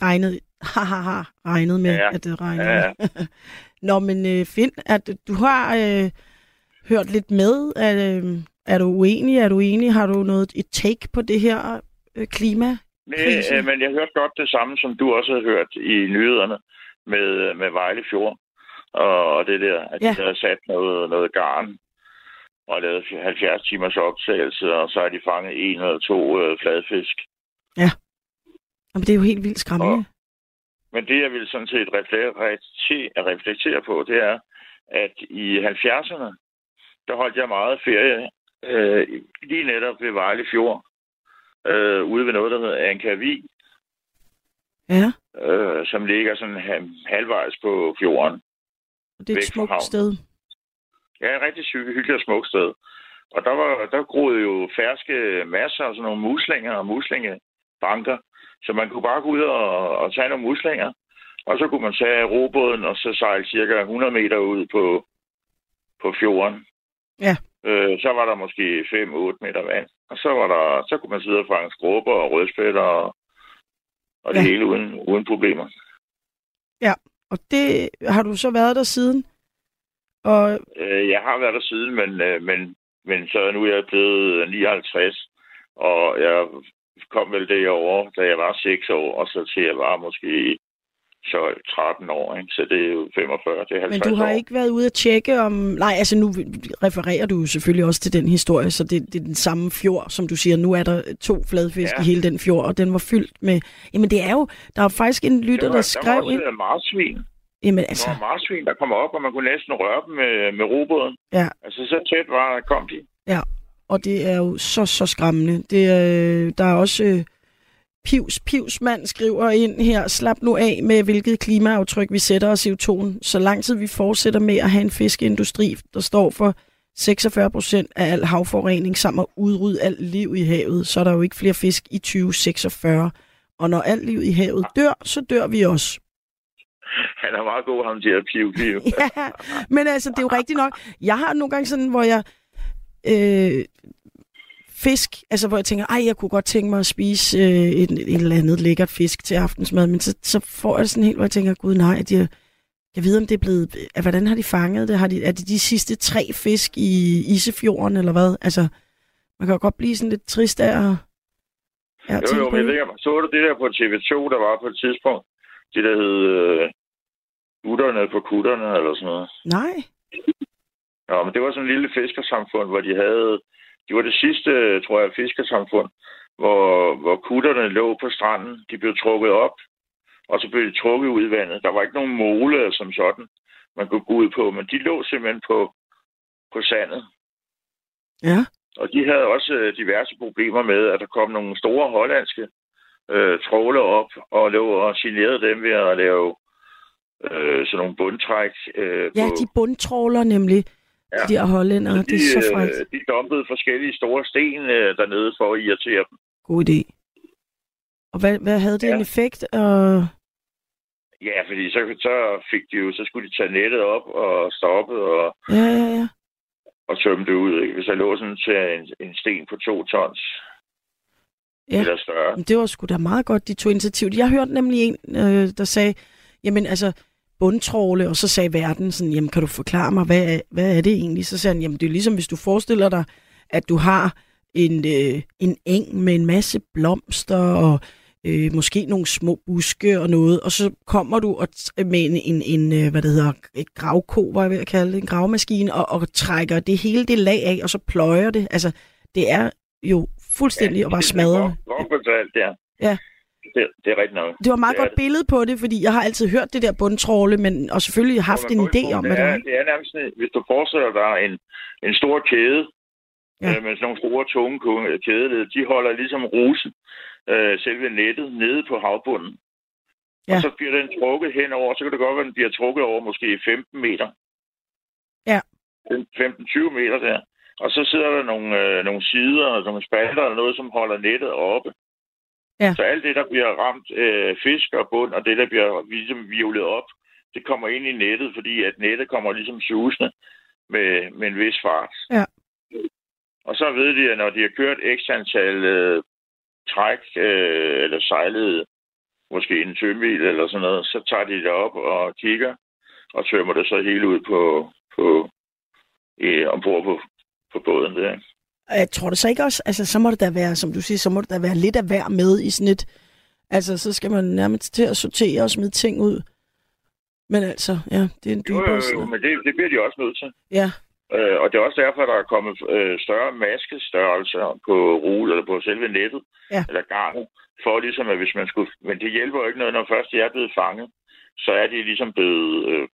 regnet med, at det regnede. Ja. Nå, men Finn, du har hørt lidt med. Er du uenig? Er du enig? Har du et take på det her klima? Nej, men jeg hørte godt det samme, som du også har hørt i nyhederne med Vejle Fjord. Og det der, at de havde sat noget garn og lavet 70 timers optagelse, og så har de fanget 1 eller 2 fladfisk. Ja. Jamen, det er jo helt vildt skræmmende. Men det, jeg vil sådan set reflektere på, det er, at i 70'erne, der holdt jeg meget ferie lige netop ved Vejle Fjord, ude ved noget, der hedder Ankervig. Ja. Som ligger sådan halvvejs på fjorden. Det er et smukt sted. Ja, et rigtig hyggeligt og smukt sted. Og der groede jo ferske masser af sådan nogle muslinger og muslingebanker. Så man kunne bare gå ud og tage nogle muslinger. Og så kunne man tage robåden og så sejle cirka 100 meter ud på fjorden. Ja. Så var der måske 5-8 meter vand. Og så kunne man sidde og fange skrubber og rødspætter og det hele uden problemer. Ja, og det har du så været der siden? Og... Jeg har været der siden, men så nu er jeg blevet 59, og jeg kom vel derovre, da jeg var 6 år, og så til jeg var måske 13 år, ikke? Så det er jo 45, det er 50 år. Men du har ikke været ude at tjekke om... Nej, altså nu refererer du selvfølgelig også til den historie, så det er den samme fjord, som du siger. Nu er der 2 fladfisk i hele den fjord, og den var fyldt med... Jamen det er jo... Der er faktisk en lytter, der skrev... Der var også marsvin. Jamen altså... Der var marsvin, der kom op, og man kunne næsten røre dem med robåden. Ja. Altså så tæt kom de. Ja, og det er jo så skræmmende. Der er også... Pivsmand skriver ind her, slap nu af med, hvilket klimaaftryk vi sætter af CO2'en. Så lang tid vi fortsætter med at have en fiskeindustri, der står for 46% af al havforurening, samt at udrydde alt liv i havet, så er der jo ikke flere fisk i 2046. Og når alt liv i havet dør, så dør vi også. Han er meget god, ham der Piv. Ja, men altså, det er jo rigtigt nok. Jeg har nogle gange sådan, hvor jeg... fisk, altså hvor jeg tænker, jeg kunne godt tænke mig at spise et eller andet lækkert fisk til aftensmad, men så får jeg sådan helt, hvor jeg tænker, gud nej, jeg ved, om det er blevet, hvordan har de fanget det? Er det de sidste 3 fisk i Isefjorden, eller hvad? Altså, man kan jo godt blive sådan lidt trist af at Jo, men jeg ved, så du det der på TV2, der var på et tidspunkt, det der hed Gutterne på kutterne, eller sådan noget? Nej. Ja, men det var sådan en lille fiskersamfund, hvor de var det sidste, tror jeg, fiskersamfund, hvor kutterne lå på stranden. De blev trukket op, og så blev de trukket ud i vandet. Der var ikke nogen mole som sådan, man kunne gå ud på, men de lå simpelthen på sandet. Ja. Og de havde også diverse problemer med, at der kom nogle store hollandske trawler op og lå og generede dem ved at lave sådan nogle bundtræk. De bundtrawler nemlig. Ja. De her hollændere, det er så frækt. De dumpede forskellige store sten dernede for at irritere dem. God idé. Og hvad havde det en effekt? Ja, fordi så fik de jo, så skulle de tage nettet op og stoppe og, og tømme det ud. Ikke? Hvis der lå sådan til en sten på 2 tons. Ja, eller større. Det var sgu da meget godt, de tog initiativ. Jeg hørte nemlig en, der sagde, jamen altså, bundtrawle, og så sagde verden sådan, jamen kan du forklare mig, hvad er det egentlig? Så sagde han, jamen det er ligesom, hvis du forestiller dig, at du har en eng med en masse blomster og måske nogle små buske og noget, og så kommer du med en hvad det hedder, et gravko, var jeg ved at kalde det, en gravmaskine, og trækker det hele det lag af, og så pløjer det. Altså, det er jo fuldstændig at bare smadre. Ja. Det er rigtigt nok. Det var meget godt billede på det, fordi jeg har altid hørt det der bundtråle, men og selvfølgelig haft en idé om, hvad det er. Det er nærmest, hvis du forestiller dig en stor kæde, med sådan nogle store, tunge kædeled, de holder ligesom rusen, selve nettet, nede på havbunden. Ja. Og så bliver den trukket henover, så kan det godt være, at den bliver trukket over måske 15 meter. Ja. 15-20 meter der. Og så sidder der nogle sider og nogle spalter eller noget, som holder nettet oppe. Ja. Så alt det, der bliver ramt fisk og bund, og det, der bliver ligesom virvlet op, det kommer ind i nettet, fordi at nettet kommer ligesom susende med en vis fart. Ja. Og så ved de, at når de har kørt x antal træk, eller sejlet måske en tømbil eller sådan noget, så tager de det op og kigger, og tømmer det så hele ud ombord på båden der. Jeg tror det så ikke også, altså så må det da være, som du siger, så må det da være lidt af hver med i sådan et, altså så skal man nærmest til at sortere og smide ting ud. Men altså, ja, det er en dybere side. Jo, men det bliver de også nødt til. Ja. Og det er også derfor, der er kommet større maskestørrelser på rul eller på selve nettet, eller garnet, for ligesom, at hvis man skulle... Men det hjælper jo ikke noget, når først de er blevet fanget, så er de ligesom blevet,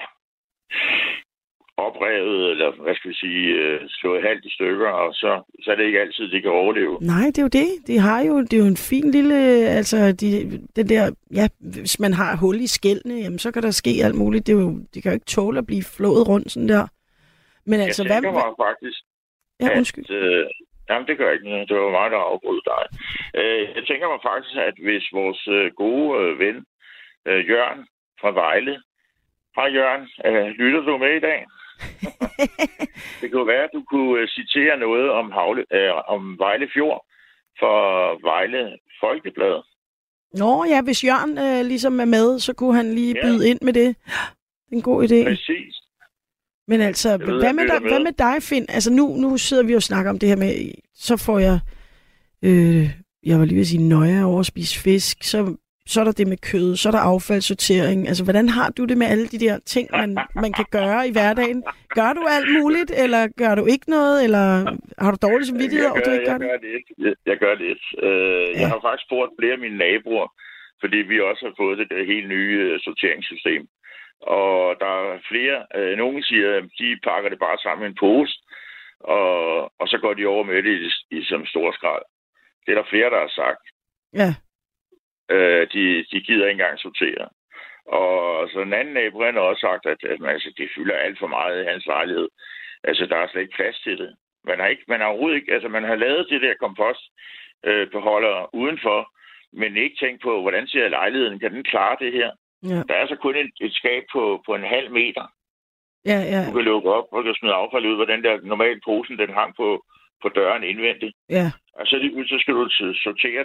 oprevet, eller hvad skal vi sige, slået halvt i stykker, og så er det ikke altid, de kan overleve. Nej, det er jo det. Det er jo en fin lille, altså, den der, ja, hvis man har hul i skældene, jamen, så kan der ske alt muligt. Det kan jo ikke tåle at blive flået rundt sådan der. Men altså, jeg tænker mig faktisk, ja, undskyld. Jamen, det gør ikke noget. Det var mig, der afbrød dig. Jeg tænker mig faktisk, at hvis vores gode ven, Jørgen fra Vejle, hej Jørgen, lytter du med i dag? Det kunne være, at du kunne citere noget om Vejle Fjord for Vejle Folkeblad. Nå ja, hvis Jørgen ligesom er med, så kunne han lige byde ind med det. Det er en god idé. Præcis. Men altså, hvad med dig, Finn? Altså nu sidder vi og snakker om det her med, så får jeg var lige ved at sige, nøje over at spise fisk, så er der det med kød, så er der affaldssortering. Altså, hvordan har du det med alle de der ting, man kan gøre i hverdagen? Gør du alt muligt, eller gør du ikke noget, eller har du dårlig samvittighed over, du ikke gør det? Jeg gør lidt. Jeg har faktisk spurgt flere af mine naboer, fordi vi også har fået det helt nye sorteringssystem. Og der er flere, nogen siger, at de pakker det bare sammen i en pose, og så går de over med det i som stor skrald. Det er der flere, der har sagt. Ja. De gider ikke engang sortere. Og så en anden nabo har også sagt, at det fylder alt for meget i hans lejlighed. Altså, der er slet ikke plads til det. Man har overhovedet ikke, altså man har lavet det der kompostbeholder udenfor, men ikke tænkt på, hvordan ser lejligheden, kan den klare det her? Ja. Der er så kun et skab på en halv meter. Ja. Du kan lukke op og kan smide affald ud, hvor den der normale posen, den hang på døren indvendigt. Ja. Og så skal du sortere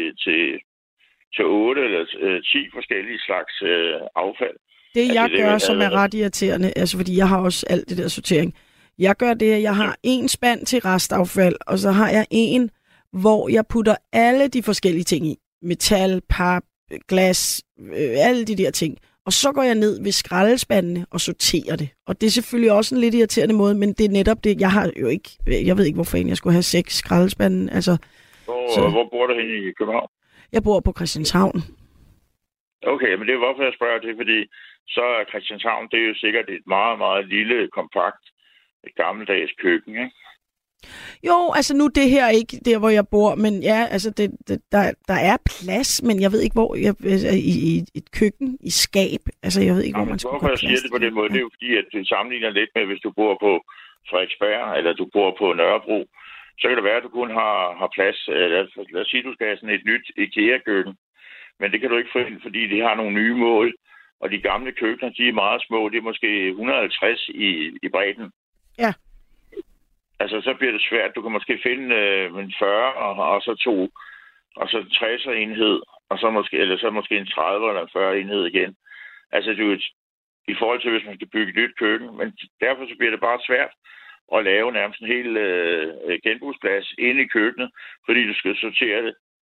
til 8 eller 10 forskellige slags affald. Det jeg gør, som er ret irriterende, altså fordi jeg har også alt det der sortering. Jeg gør det, at jeg har en spand til restaffald, og så har jeg en, hvor jeg putter alle de forskellige ting i. Metal, pap, glas, alle de der ting. Og så går jeg ned ved skraldespandene og sorterer det. Og det er selvfølgelig også en lidt irriterende måde, men det er netop det. Jeg ved ikke, hvorfor jeg skulle have 6 skraldespande. Altså, hvor bor du henne i København? Jeg bor på Christianshavn. Okay, men det er hvorfor jeg spørger det, fordi så er Christianshavn, det er jo sikkert et meget, meget lille, kompakt, gammeldags køkken, ikke? Jo, altså nu det her er ikke der, hvor jeg bor, men ja, altså der er plads, men jeg ved ikke, hvor i et køkken, i skab, altså jeg ved ikke, hvor man skal hvorfor jeg siger det på den måde, det er jo fordi, at det sammenligner lidt med, hvis du bor på Frederiksberg, eller du bor på Nørrebro, så kan det være, at du kun har plads. Lad os sige, at du skal have sådan et nyt IKEA-køkken. Men det kan du ikke få ind, fordi de har nogle nye mål. Og de gamle køkkener, de er meget små. Det er måske 150 i bredden. Ja. Altså, så bliver det svært. Du kan måske finde en 40 og så 2, og så en 60'er enhed, og så måske en 30 eller en 40 enhed igen. Altså, det er jo i forhold til, hvis man skal bygge et nyt køkken. Men derfor så bliver det bare svært at lave nærmest en hel genbrugsplads inde i køkkenet, fordi du skal sortere det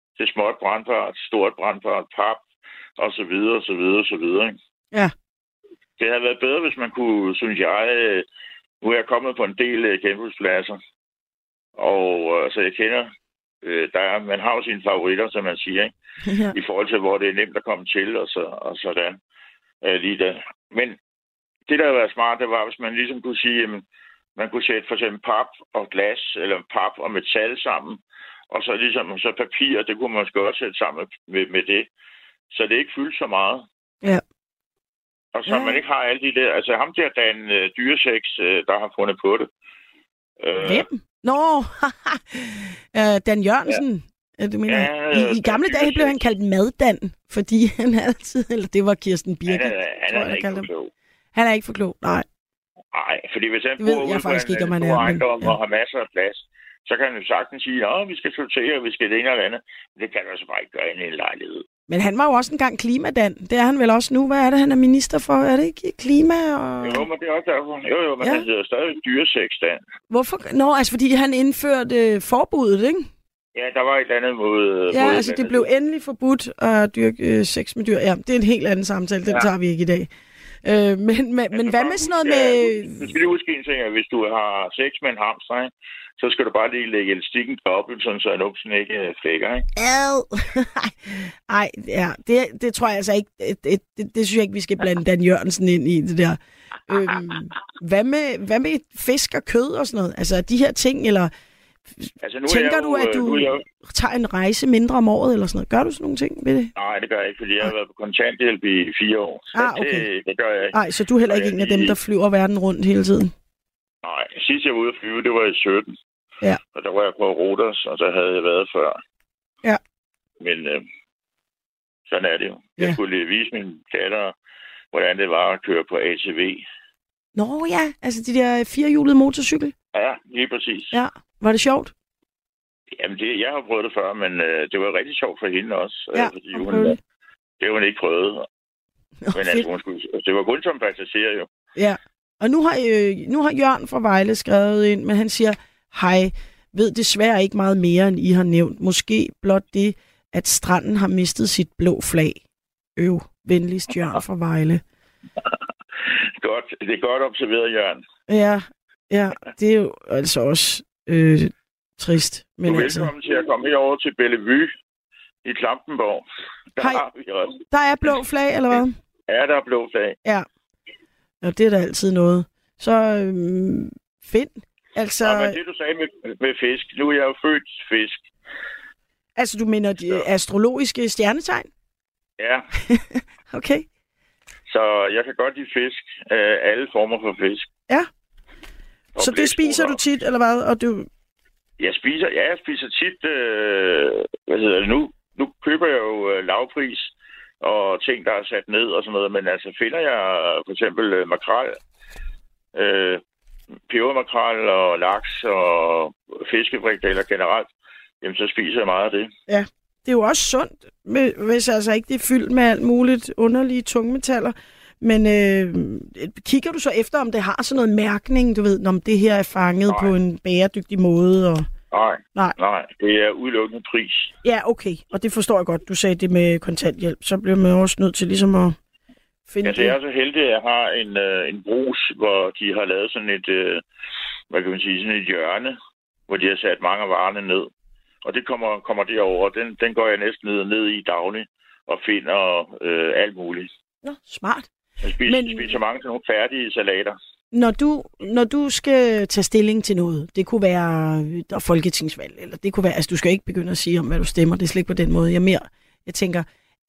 til småt brandbart, stort brandbart, pap, og så videre, og så videre, og så videre. Ikke? Ja. Det havde været bedre, hvis man kunne, synes jeg, nu er jeg kommet på en del genbrugspladser, og så jeg kender, man har jo sine favoritter, som man siger, ikke? Ja. I forhold til, hvor det er nemt at komme til, og sådan. Lige der. Men det, der havde været smart, det var, hvis man ligesom kunne sige, jamen, man kunne sætte for eksempel pap og glas, eller pap og metal sammen, og så ligesom så papir, det kunne man måske også sætte sammen med det, så det ikke fyldte så meget. Ja. Og så man ikke har alle de der, altså ham der, Dan Dyresex, der har fundet på det. Hvem? Nå, Dan Jørgensen. Ja. Du mener, i gamle dage blev han kaldt Maddan, fordi han altid, eller det var Kirsten Birke. Han er ikke for klog. Han er ikke for klog, nej. Nej, fordi hvis han bor ude på en stor ejendom og har masser af plads, så kan han jo sagtens sige, at vi skal sortere, vi skal det ene eller andet. Men det kan man så bare ikke gøre i en lejlighed. Men han var jo også engang klimadan. Det er han vel også nu. Hvad er det, han er minister for? Er det ikke klima? Og... Jo, men det er også derfor. Jo, men han hedder stadig dyreseksdan. Hvorfor? Nå, altså fordi han indførte forbuddet, ikke? Ja, der var et eller andet mod... Ja, altså det blev endelig forbudt at dyrke sex med dyr. Ja, det er en helt anden samtale. Den tager vi ikke i dag. Men hvad med sådan noget med... Du skal lige huske en ting, at hvis du har sex med en hamster, ikke? Så skal du bare lige lægge elastikken dobbelt, sådan så numsen ikke flækker, ikke? Ej, ja, det tror jeg altså ikke. Det synes jeg ikke, vi skal blande Dan Jørgensen ind i det der. Hvad med fisk og kød og sådan noget? Altså de her ting, eller... Altså, tænker du, at du tager en rejse mindre om året, eller sådan noget? Gør du sådan nogle ting ved det? Nej, det gør jeg ikke, fordi jeg har været på kontanthjælp i 4 år. Okay. Det gør jeg ikke. Nej, så du er heller ikke en af dem, der flyver verden rundt hele tiden? Nej, sidst jeg var ude at flyve, det var i 17. Ja. Og der var jeg på Rodos, og der havde jeg været før. Ja. Men sådan er det jo. Jeg skulle vise min datter, hvordan det var at køre på ATV. Nå ja, altså de der 4-hjulede motorcykel? Ja, lige præcis. Ja. Var det sjovt? Jamen, jeg har prøvet det før, men det var rigtig sjovt for hende også. Ja, fordi det var hun ikke prøvet. Men altså, det var kun som passager jo. Ja, og nu har Jørgen fra Vejle skrevet ind, men han siger, hej, ved desværre ikke meget mere, end I har nævnt. Måske blot det, at stranden har mistet sit blå flag. Venligst Jørgen fra Vejle. Godt, det er godt observeret, Jørgen. Ja, det er jo altså også trist. Men velkommen til at komme herover til Bellevue i Klampenborg. Der er blå flag, eller hvad? Ja, der er blå flag. Ja, det er da altid noget. Så find. Altså... Ja, men det, du sagde med fisk, nu er jeg jo født fisk. Altså, du mener de astrologiske stjernetegn? Ja. Okay. Så jeg kan godt lide fisk. Alle former for fisk. Ja. Og så det spiser du tit, eller hvad? Og du... Jeg spiser tit... Nu køber jeg jo lavpris og ting, der er sat ned og sådan noget. Men altså, finder jeg for eksempel makrel, pebermakrel og laks og fiskefrikadeller generelt, jamen så spiser jeg meget af det. Ja, det er jo også sundt, hvis altså ikke det er fyldt med alt muligt underlige tungmetaller. Men kigger du så efter, om det har sådan noget mærkning, du ved, om det her er fanget på en bæredygtig måde? Og... Nej, det er udelukkende pris. Ja, okay, og det forstår jeg godt. Du sagde det med kontanthjælp, så bliver man også nødt til ligesom at finde det. Jeg er så heldig, at jeg har en brus, hvor de har lavet sådan et, hvad kan man sige, sådan et hjørne, hvor de har sat mange af varerne ned. Og det kommer derover, og den går jeg næsten ned i daglig og finder alt muligt. Nå, smart. Jeg spiser mange sådan nogle færdige salater. Når du skal tage stilling til noget, det kunne være folketingsvalg, eller det kunne være, altså du skal ikke begynde at sige om, hvad du stemmer, det er slet ikke på den måde. Jeg tænker,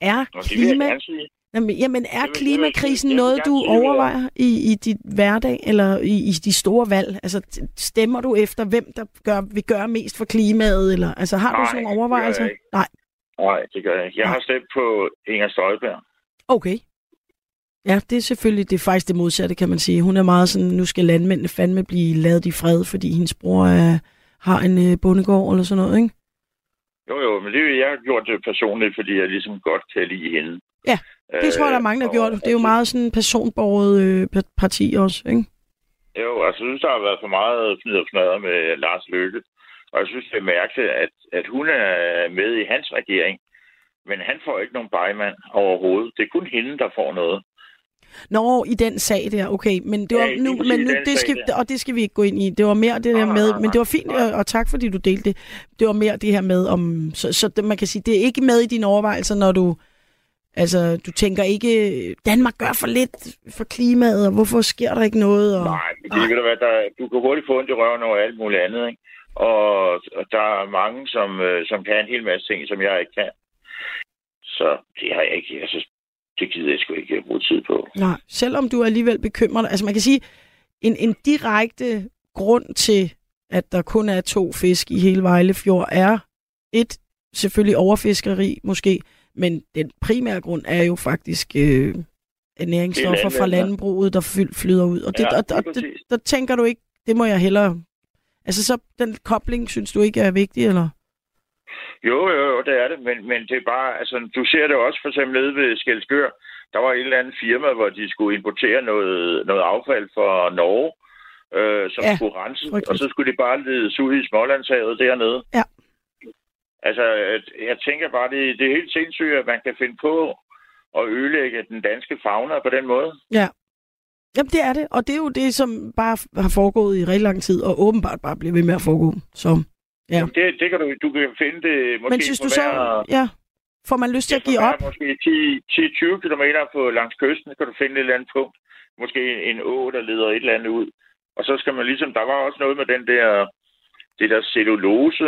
er klimakrisen noget, du overvejer i dit hverdag, eller i de store valg? Altså stemmer du efter, hvem der vil gøre mest for klimaet, eller altså har du sådan nogle overvejelser? Nej, det gør jeg ikke. Jeg har stemt på Inger Støjberg. Okay. Ja, det er selvfølgelig, det er faktisk det modsatte, kan man sige. Hun er meget sådan, nu skal landmændene fandme blive lavet i fred, fordi hendes bror har en bondegård eller sådan noget, ikke? Jo, men jeg har gjort det personligt, fordi jeg ligesom godt kan lide hende. Ja, det tror jeg, der er mange, der har gjort. Det er jo meget sådan personborget parti også, ikke? Jo, altså jeg synes, der har været for meget fnid og fnader med Lars Løkke. Og jeg synes, det er mærkeligt, at hun er med i hans regering. Men han får ikke nogen bejmand overhovedet. Det er kun hende, der får noget. Nå, i den sag der, okay. Men det var det skal vi ikke gå ind i. Det var mere det der med, men det var fint, og tak fordi du delte det. Det var mere det her med, så man kan sige, det er ikke med i dine overvejelser, når du tænker ikke, Danmark gør for lidt for klimaet, og hvorfor sker der ikke noget? Og... Nej, men det ved du hvad, du kan hurtigt få ondt i røven over alt muligt andet, ikke? Og der er mange, som kan en hel masse ting, som jeg ikke kan. Så det har jeg ikke, det gider jeg sgu ikke bruge tid på. Nej, selvom du er alligevel bekymret. Altså man kan sige, en direkte grund til, at der kun er 2 fisk i hele Vejle Fjord, er selvfølgelig overfiskeri måske, men den primære grund er jo faktisk ernæringsstoffer fra landbruget, der flyder ud. Og der tænker du ikke, det må jeg hellere... Altså så den kobling, synes du ikke er vigtig, eller? Jo, det er det, men det er bare, altså du ser det også for eksempel nede ved Skælskør. Der var et eller andet firma, hvor de skulle importere noget affald fra Norge, som skulle renses, og så skulle det bare ledes ud i Smålandshavet dernede. Ja. Altså, jeg tænker bare, det er helt sindssygt, at man kan finde på at ødelægge den danske fauna på den måde. Ja. Jamen, det er det, og det er jo det, som bare har foregået i rigtig lang tid, og åbenbart bare bliver ved med at foregå, så... Ja. Jamen, det kan du kan finde det måske. Men synes du så, får man lyst til at give op? Måske 10-20 kilometer på langs kysten, kan du finde et eller andet punkt. Måske en å, der leder et eller andet ud. Og så skal man ligesom, der var også noget med det der cellulose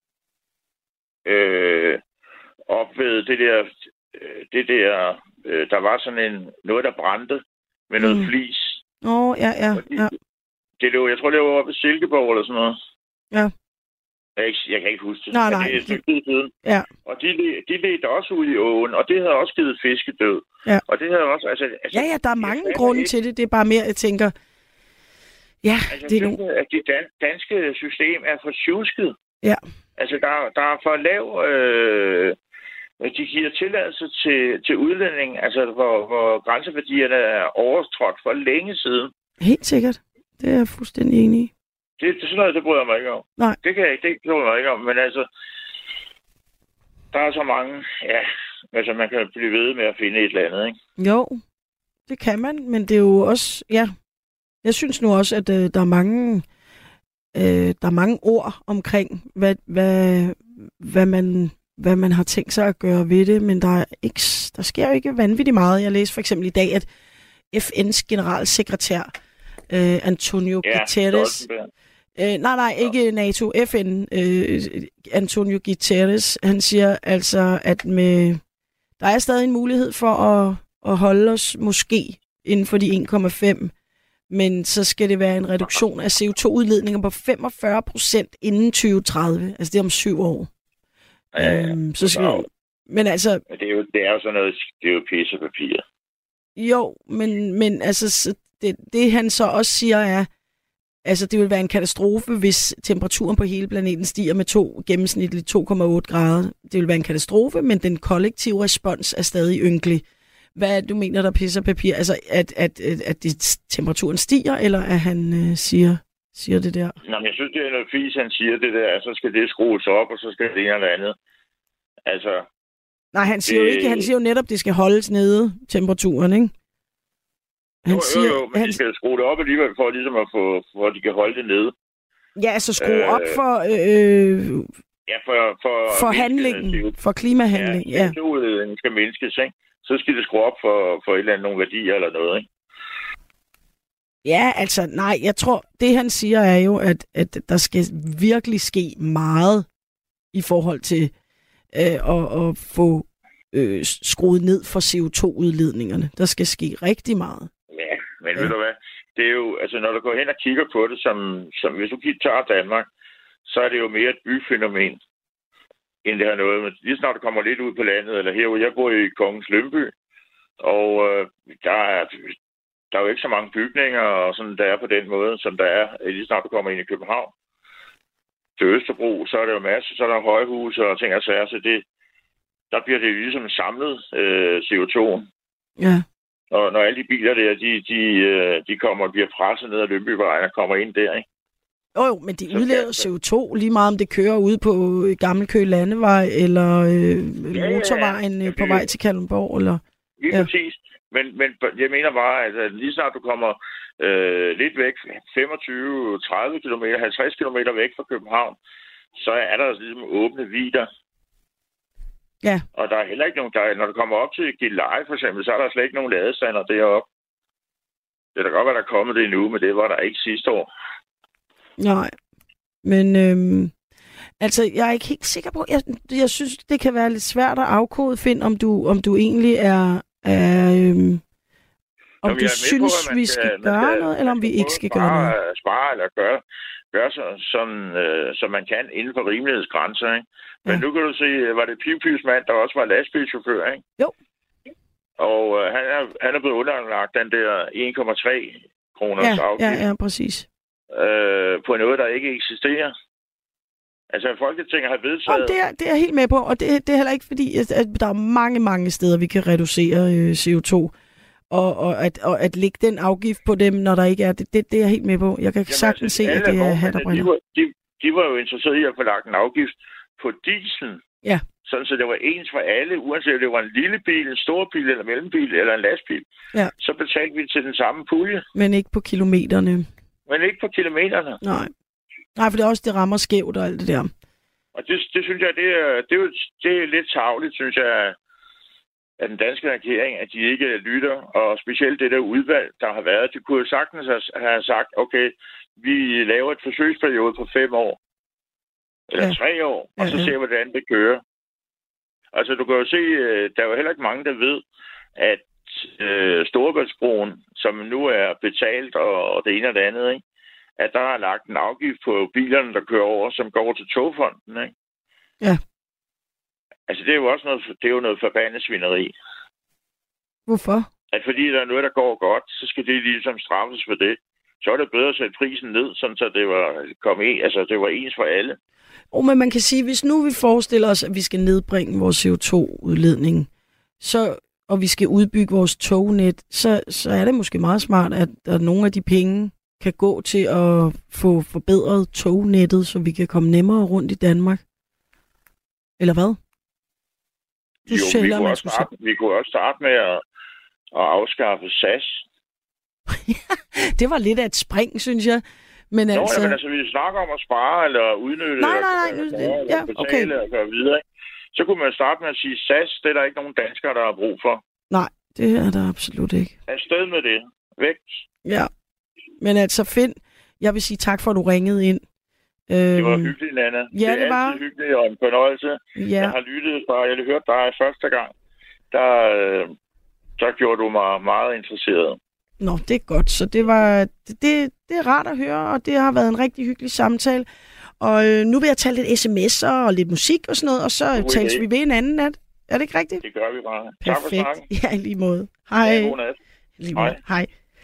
op ved det der, der var sådan noget, der brændte med noget flis. Ja. Jeg tror, det var oppe i Silkeborg eller sådan noget. Ja. Jeg kan ikke huske det. Nej. Det er sådan tid siden. Ja. Og de ledte også ud i åen, og det havde også givet fiskedød. Ja. Og det havde også... Altså, ja, der er mange grunde til det. Det er bare mere, jeg tænker... Ja, det er nogle... At det danske system er for tjusket. Ja. Altså, der er for lav... de giver tilladelse til udlænding, altså hvor grænseværdierne er overtrådt for længe siden. Helt sikkert. Det er jeg fuldstændig enig i. Det er sådan noget, det bryder jeg mig ikke om. Nej. Det kan jeg ikke, det bryder jeg mig ikke om. Men altså, der er så mange, altså man kan blive ved med at finde et eller andet, ikke? Jo, det kan man, men det er jo også, jeg synes nu også, at der er mange ord omkring, hvad man har tænkt sig at gøre ved det, men der sker jo ikke vanvittigt meget. Jeg læste for eksempel i dag, at FN's generalsekretær Antonio Guterres. Nej, ikke NATO, FN. Antonio Guterres, han siger altså, at der er stadig en mulighed for at holde os måske inden for de 1,5, men så skal det være en reduktion af CO2-udledninger på 45% inden 2030. Altså det er om 7 år. Men altså... Det er jo sådan noget, det er jo pissepapir. Jo, men altså... Det han så også siger er, altså det vil være en katastrofe, hvis temperaturen på hele planeten stiger med gennemsnitligt 2,8 grader. Det vil være en katastrofe, men den kollektive respons er stadig ynkelig. Hvad er det, du mener, der pisser papir? Altså at temperaturen stiger, eller at han siger det der? Nå, men jeg synes, det er noget fis, han siger det der, så skal det skrues op, og så skal det ene eller andet. Altså... Nej, han siger jo ikke, han siger jo netop, det skal holdes nede, temperaturen, ikke? Han siger, men de skal skrue det op alligevel, for ligesom at for at de kan holde det nede. Ja, altså skrue op for... for handlingen, for klimahandling. Ja, den skal mindskes, ikke? Så skal det skrue op for et eller andet nogle værdier eller noget, ikke? Ja, altså, nej, jeg tror, det han siger er jo, at der skal virkelig ske meget i forhold til at få skruet ned for CO2-udledningerne. Der skal ske rigtig meget. Ja, men ved du hvad? Det er jo, altså når du går hen og kigger på det, som hvis du tager Danmark, så er det jo mere et byfænomen, end det har noget med. Lige snart du kommer lidt ud på landet, eller herude, jeg bor i Kongens Lyngby, og der er jo ikke så mange bygninger, og sådan der er på den måde, som der er, lige snart du kommer ind i København. Til Østerbro, så er der jo masser, så er der højhuse og ting og sager, så der bliver det ligesom samlet CO2'en. Ja. Og når alle de biler der, de kommer og bliver presset ned ad Lyngbyvejen og kommer ind der, ikke? Jo, men det udleder CO2 lige meget, om det kører ude på Gammelkøge Landevej, eller motorvejen på vej til Kalundborg, eller... Lige præcis. Men jeg mener bare, at lige snart du kommer lidt væk, 25, 30 km, 50 km væk fra København, så er der ligesom åbne vidder. Ja. Og der er heller ikke nogen, når du kommer op til Gilleleje for eksempel, så er der slet ikke nogen ladestander deroppe. Det er da godt, at der er kommet det nu, men det var der ikke sidste år. Nej, men altså, jeg er ikke helt sikker på, jeg synes, det kan være lidt svært at afkode, Finn, om du egentlig om du synes, vi skal gøre noget, eller om vi ikke skal gøre noget. Spare eller gøre som man kan inden for rimelighedsgrænser, ikke? Men nu kan du se, var det Pipis mand, der også var lastbilchauffør, ikke? Jo. Og han er blevet underlagt den der 1,3 kroners afgift. Ja, præcis. På noget, der ikke eksisterer. Altså, Folketinget har vedtaget... Det er jeg helt med på, og det er heller ikke fordi, at der er mange steder, vi kan reducere CO2. Og at lægge den afgift på dem, når der ikke er det er jeg helt med på. Jeg kan sagtens se, at det er hat og brænder. De var jo interesserede i at få lagt en afgift på diesel. Ja. Sådan, så det var ens for alle, uanset om det var en lille bil, en stor bil, eller mellembil, eller en lastbil. Ja. Så betalte vi til den samme pulje. Men ikke på kilometerne. Men ikke på kilometerne. Nej, for det er også, det rammer skævt og alt det der. Og det synes jeg, det er lidt tarveligt, synes jeg, af den danske regering, at de ikke lytter. Og specielt det der udvalg, der har været, de kunne jo sagtens have sagt, okay, vi laver et forsøgsperiode på 5 år. Eller 3 år, og så ser vi, hvordan det kører. Altså, du kan jo se, der er jo heller ikke mange, der ved, at Storebæltsbroen, som nu er betalt, og det ene og det andet, ikke? At der er lagt en afgift på bilerne, der kører over, som går til togfonden, ikke? Ja. Altså, det er jo også noget forbandet svineri. Hvorfor? At fordi der er noget, der går godt, så skal det ligesom straffes for det. Så er det bedre at sætte prisen ned, sådan så det var ens for alle. Men man kan sige, hvis nu vi forestiller os, at vi skal nedbringe vores CO2-udledning, og vi skal udbygge vores tognet, så er det måske meget smart, at nogle af de penge kan gå til at få forbedret tognettet, så vi kan komme nemmere rundt i Danmark. Eller hvad? Vi kunne også starte med at afskaffe SAS. Det var lidt af et spring, synes jeg. Men men vi snakker om at spare eller udnytte eller betale og gøre videre. Så kunne man starte med at sige, SAS, det er der ikke nogen danskere, der har brug for. Nej, det er der absolut ikke. Afsted med det. Væk. Ja. Men altså, Finn, jeg vil sige tak for, at du ringede ind. Det var hyggeligt, Nana. Ja, det var. Altid hyggeligt og en fornøjelse. Ja. Jeg har lyttet fra, jeg har hørt dig første gang. Der gjorde du mig meget interesseret. Nå, det er godt. Så det er rart at høre, og det har været en rigtig hyggelig samtale. Og nu vil jeg tage lidt sms'er og lidt musik og sådan noget, og så tales vi ved en anden nat. Er det ikke rigtigt? Det gør vi bare. Perfekt. Tak for snakken. Ja, i lige måde. Hej. Ja, god nat. Hej.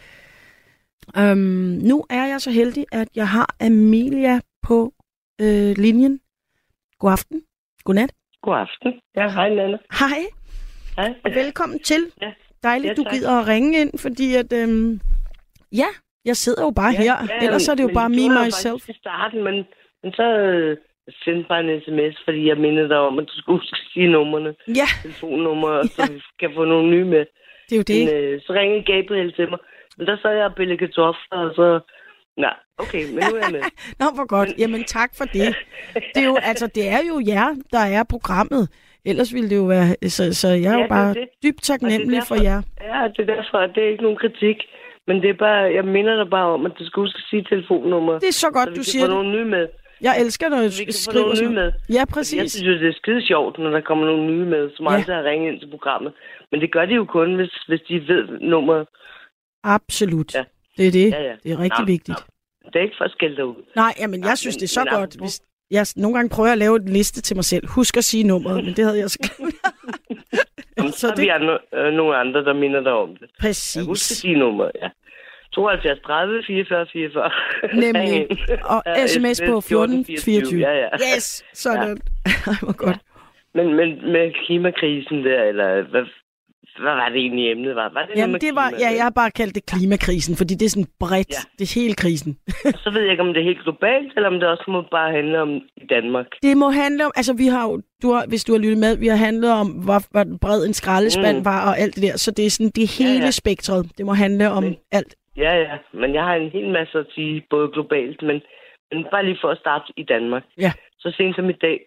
Nu er jeg så heldig, at jeg har Amelia på linjen. God aften. God nat. God aften. Ja, hej Nana. Hej. Hej. Og velkommen til. Ja. Dejligt, du gider at ringe ind, fordi at, jeg sidder jo bare her. Ellers er det jo bare me, myself. I starten, men så sendte bare en sms, fordi jeg mindede dig om, at du skulle sige numrene. Ja. Telefonnummer, så vi kan få nogle nye med. Det er jo det. Men, så ringede Gabriel til mig. Men der sad jeg og pillede kartofler, og så... Nej, okay, men nu er jeg med. Nå, hvor godt. Jamen, tak for det. Det er jo jer, der er programmet. Ellers ville det jo være... Så jeg er jo bare dybt taknemmelig for jer. Ja, det er derfor, det er ikke nogen kritik. Men det er bare... Jeg minder dig bare om, at du skal huske at sige telefonnummer. Det er så godt, du siger det. Så vi kan få nogle nye med. Jeg elsker, når du skriver sådan noget. Ja, præcis. Jeg synes jo, det er skide sjovt, når der kommer nogle nye med, som aldrig har ringet ind til programmet. Men det gør de jo kun, hvis de ved nummeret. Absolut. Ja. Det er det. Ja. Det er rigtig vigtigt. Det er ikke for at skælde dig ud. Nej, jamen jeg synes, det er så godt. Hvis jeg nogle gange prøver at lave en liste til mig selv. Husk at sige nummeret, men det havde jeg skrevet. Så vi er nogle andre, der minder dig om det. Præcis. Husk at sige nummeret, ja. 72 30 44 44. Nemlig. Og sms på 14 24. Ja. Yes, sådan. Hvor godt. Men med klimakrisen der, eller hvad var det egentlig emnet var? Var det Jamen, det var, jeg har bare kaldt det klimakrisen, fordi det er sådan bredt, det er hele krisen. Og så ved jeg ikke, om det er helt globalt, eller om det også må bare handle om i Danmark. Det må handle om, altså vi har jo, hvis du har lyttet med, vi har handlet om, hvor bred en skraldespand var, og alt det der, så det er sådan, det er hele spektret. Det må handle om alt. Ja, men jeg har en hel masse at sige, både globalt, men bare lige for at starte i Danmark. Ja. Så sent som i dag,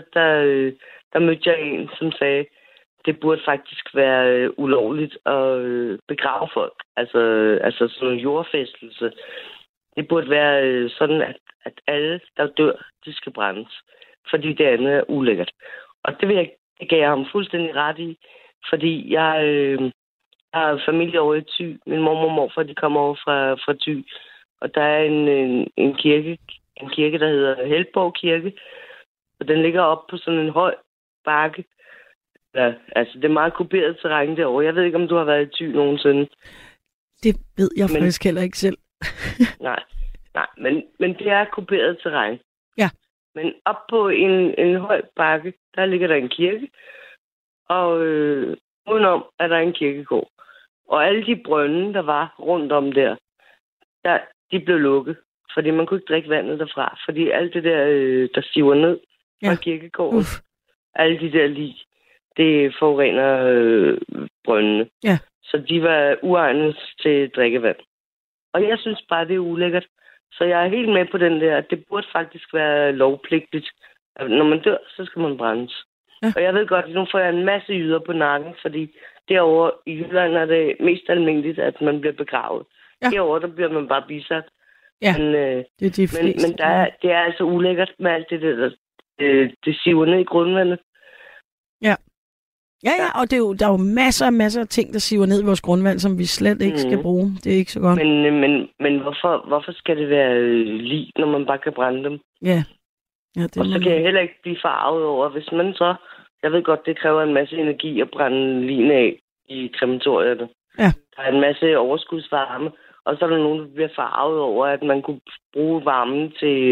der mødte jeg en, som sagde, det burde faktisk være ulovligt at begrave folk. Altså sådan en jordfæstelse. Det burde være sådan, at alle, der dør, de skal brændes. Fordi det andet er ulækkert. Og det gav jeg ham fuldstændig ret i. Fordi jeg har familie over i Thy. Min mormor og morfar, de kommer over fra Thy. Og der er en kirke, der hedder Heltborg Kirke. Og den ligger oppe på sådan en høj bakke. Ja, altså det er meget kuperet terræn derovre. Jeg ved ikke, om du har været i Thy nogensinde. Det ved jeg faktisk heller ikke selv. nej, men det er kuperet terræn. Ja. Men op på en høj bakke, der ligger der en kirke. Og udenom er der en kirkegård. Og alle de brønde, der var rundt om der, de blev lukket. Fordi man kunne ikke drikke vandet derfra. Fordi alt det der siver ned fra kirkegården, alle de der lig, det forurener brøndene. Ja. Så de var uegnet til drikkevand. Og jeg synes bare, det er ulækkert. Så jeg er helt med på den der, at det burde faktisk være lovpligtigt. Når man dør, så skal man brændes. Ja. Og jeg ved godt, at nu får jeg en masse jyder på nakken, fordi derovre i Jylland er det mest almindeligt, at man bliver begravet. Ja. Derovre, der bliver man bare bisat. Ja, men, det er de fleste. Men det er altså ulækkert med alt det der, det siver ned i grundvandet. Ja. Ja, og der er jo masser af ting, der siver ned i vores grundvand, som vi slet ikke skal bruge. Det er ikke så godt. Men hvorfor skal det være lig, når man bare kan brænde dem? Ja. Og så kan jeg heller ikke blive farvet over, hvis man så... Jeg ved godt, det kræver en masse energi at brænde ligene af i krematorierne. Ja. Der er en masse overskudsvarme, og så er der nogen, der bliver farvet over, at man kunne bruge varmen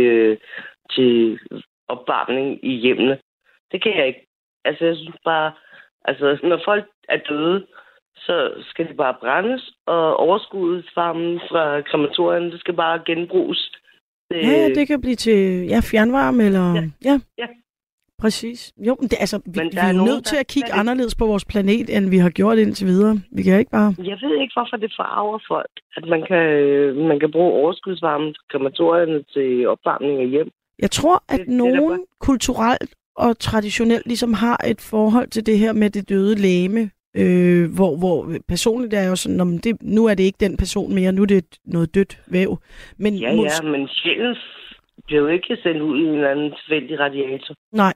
til opvarmning i hjemmene. Det kan jeg ikke. Altså, jeg synes bare... Altså, når folk er døde, så skal de bare brændes, og overskudsvarmen fra krematorierne, det skal bare genbruges. Ja, det kan blive til fjernvarme, eller... Ja. Præcis. Jo, men vi er jo nødt til at kigge anderledes på vores planet, end vi har gjort indtil videre. Vi kan ikke bare... Jeg ved ikke, hvorfor det farver folk, at man kan bruge overskudsvarmen til krematorierne til opvarmning af hjem. Jeg tror, at nogen kulturelt og traditionelt ligesom har et forhold til det her med det døde legeme, hvor personligt er jo sådan, nu er det ikke den person mere, nu er det noget dødt væv. Men men sjælen bliver jo ikke sendt ud i en eller anden tilfældig radiator. Nej.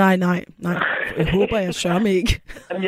Jeg håber, jeg sørger mig ikke.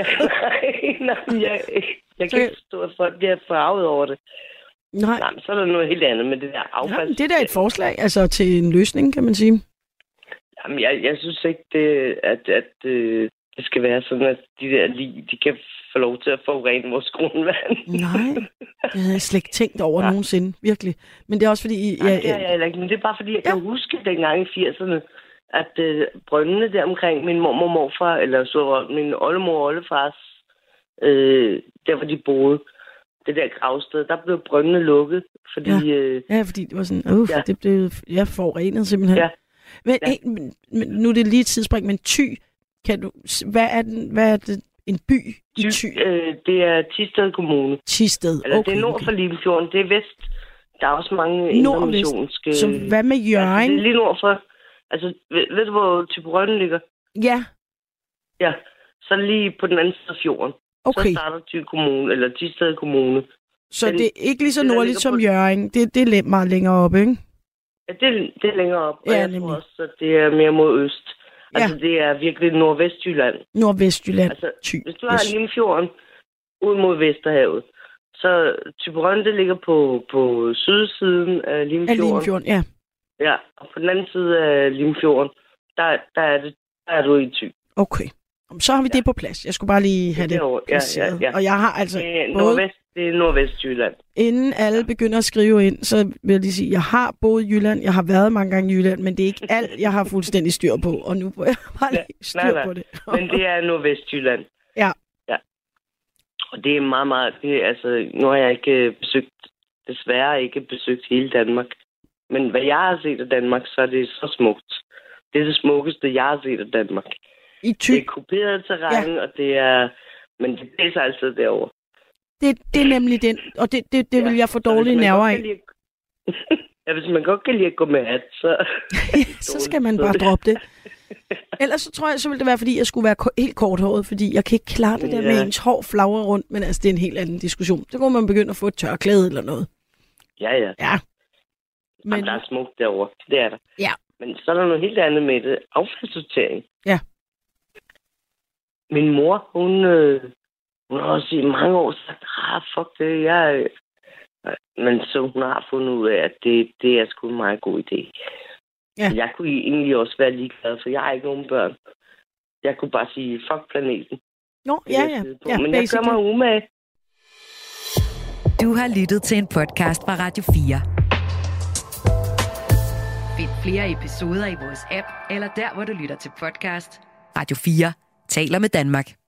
Jeg kan ikke forstå, at folk bliver farvet over det. Nej, så er der noget helt andet med det der affald. Ja, det er da et forslag, altså til en løsning, kan man sige. Jamen, jeg synes ikke, at det skal være sådan, at de der lig, de kan få lov til at forurene vores grundvand. Nej, det havde jeg slet ikke tænkt over nogensinde, virkelig. Men det er også fordi... Men det er bare fordi, jeg kan huske dengang i 80'erne, at brøndene der omkring min mormor og morfar, eller så min oldemor og oldefars, der hvor de boede, det der gravsted, der blev brøndene lukket, fordi... fordi det var sådan, det blev forurenet simpelthen. Ja. Men nu er det lige et tidsspring, men Thy, hvad er det en by i Thy? Det er Thisted Kommune. Thisted, okay. Det er nord for Limfjorden, det er vest. Der er også mange indremissionske... Så hvad med Hjørring? Altså, det er lige nord for... Altså, ved du, hvor Thyborøn ligger? Ja. Ja, så lige på den anden side af fjorden. Okay. Så starter Thy Kommune, eller Thisted Kommune. Så det er ikke lige så nordligt som Hjørring. Det er meget længere oppe, ikke? Ja, det er længere op, og jeg tror også, at det er mere mod øst. Altså, det er virkelig Nordvestjylland. Nordvestjylland. Altså, hvis du har Limfjorden ud mod Vesterhavet, så Thyborøn, det ligger på sydsiden af Limfjorden. Af Limfjorden, ja. Ja, og på den anden side af Limfjorden, der er du i Thy. Okay. Så har vi det på plads. Jeg skulle bare lige have det placeret. Ja. Og jeg har altså det er Nordvestjylland. Inden alle begynder at skrive ind, så vil jeg lige sige, jeg har boet i Jylland, jeg har været mange gange i Jylland, men det er ikke alt, jeg har fuldstændig styr på, og nu får jeg bare lige styr på det. Men det er Nordvestjylland. Ja. Og det er meget, meget... nu har jeg desværre ikke besøgt hele Danmark. Men hvad jeg har set af Danmark, så er det så smukt. Det er det smukkeste, jeg har set af Danmark. Det er kuperet terræn, og det er... Men det blæser altid derovre. Det er nemlig den, og det vil jeg få dårlige nerver af. Hvis man godt kan lide at gå med hat, så... så skal man bare droppe det. Ellers så tror jeg, så ville det være, fordi jeg skulle være helt korthåret, fordi jeg kan ikke klare det der med ens hår flagrer rundt, men altså, det er en helt anden diskussion. Så kunne man begynde at få et tørklæde eller noget. Ja. Men jamen, der er smukt derovre. Det er der. Ja. Men så er der noget helt andet med det. Affaldssortering. Ja. Min mor, hun har også i mange år sagt, fuck det, men så hun har fundet ud af, at det er sgu en meget god idé. Ja. Jeg kunne egentlig også være ligeglad, for jeg har ikke nogen børn. Jeg kunne bare sige, fuck planeten. Nå, ja. Men jeg gør mig umage. Du har lyttet til en podcast fra Radio 4. Find flere episoder i vores app, eller der, hvor du lytter til podcast. Radio 4 taler med Danmark.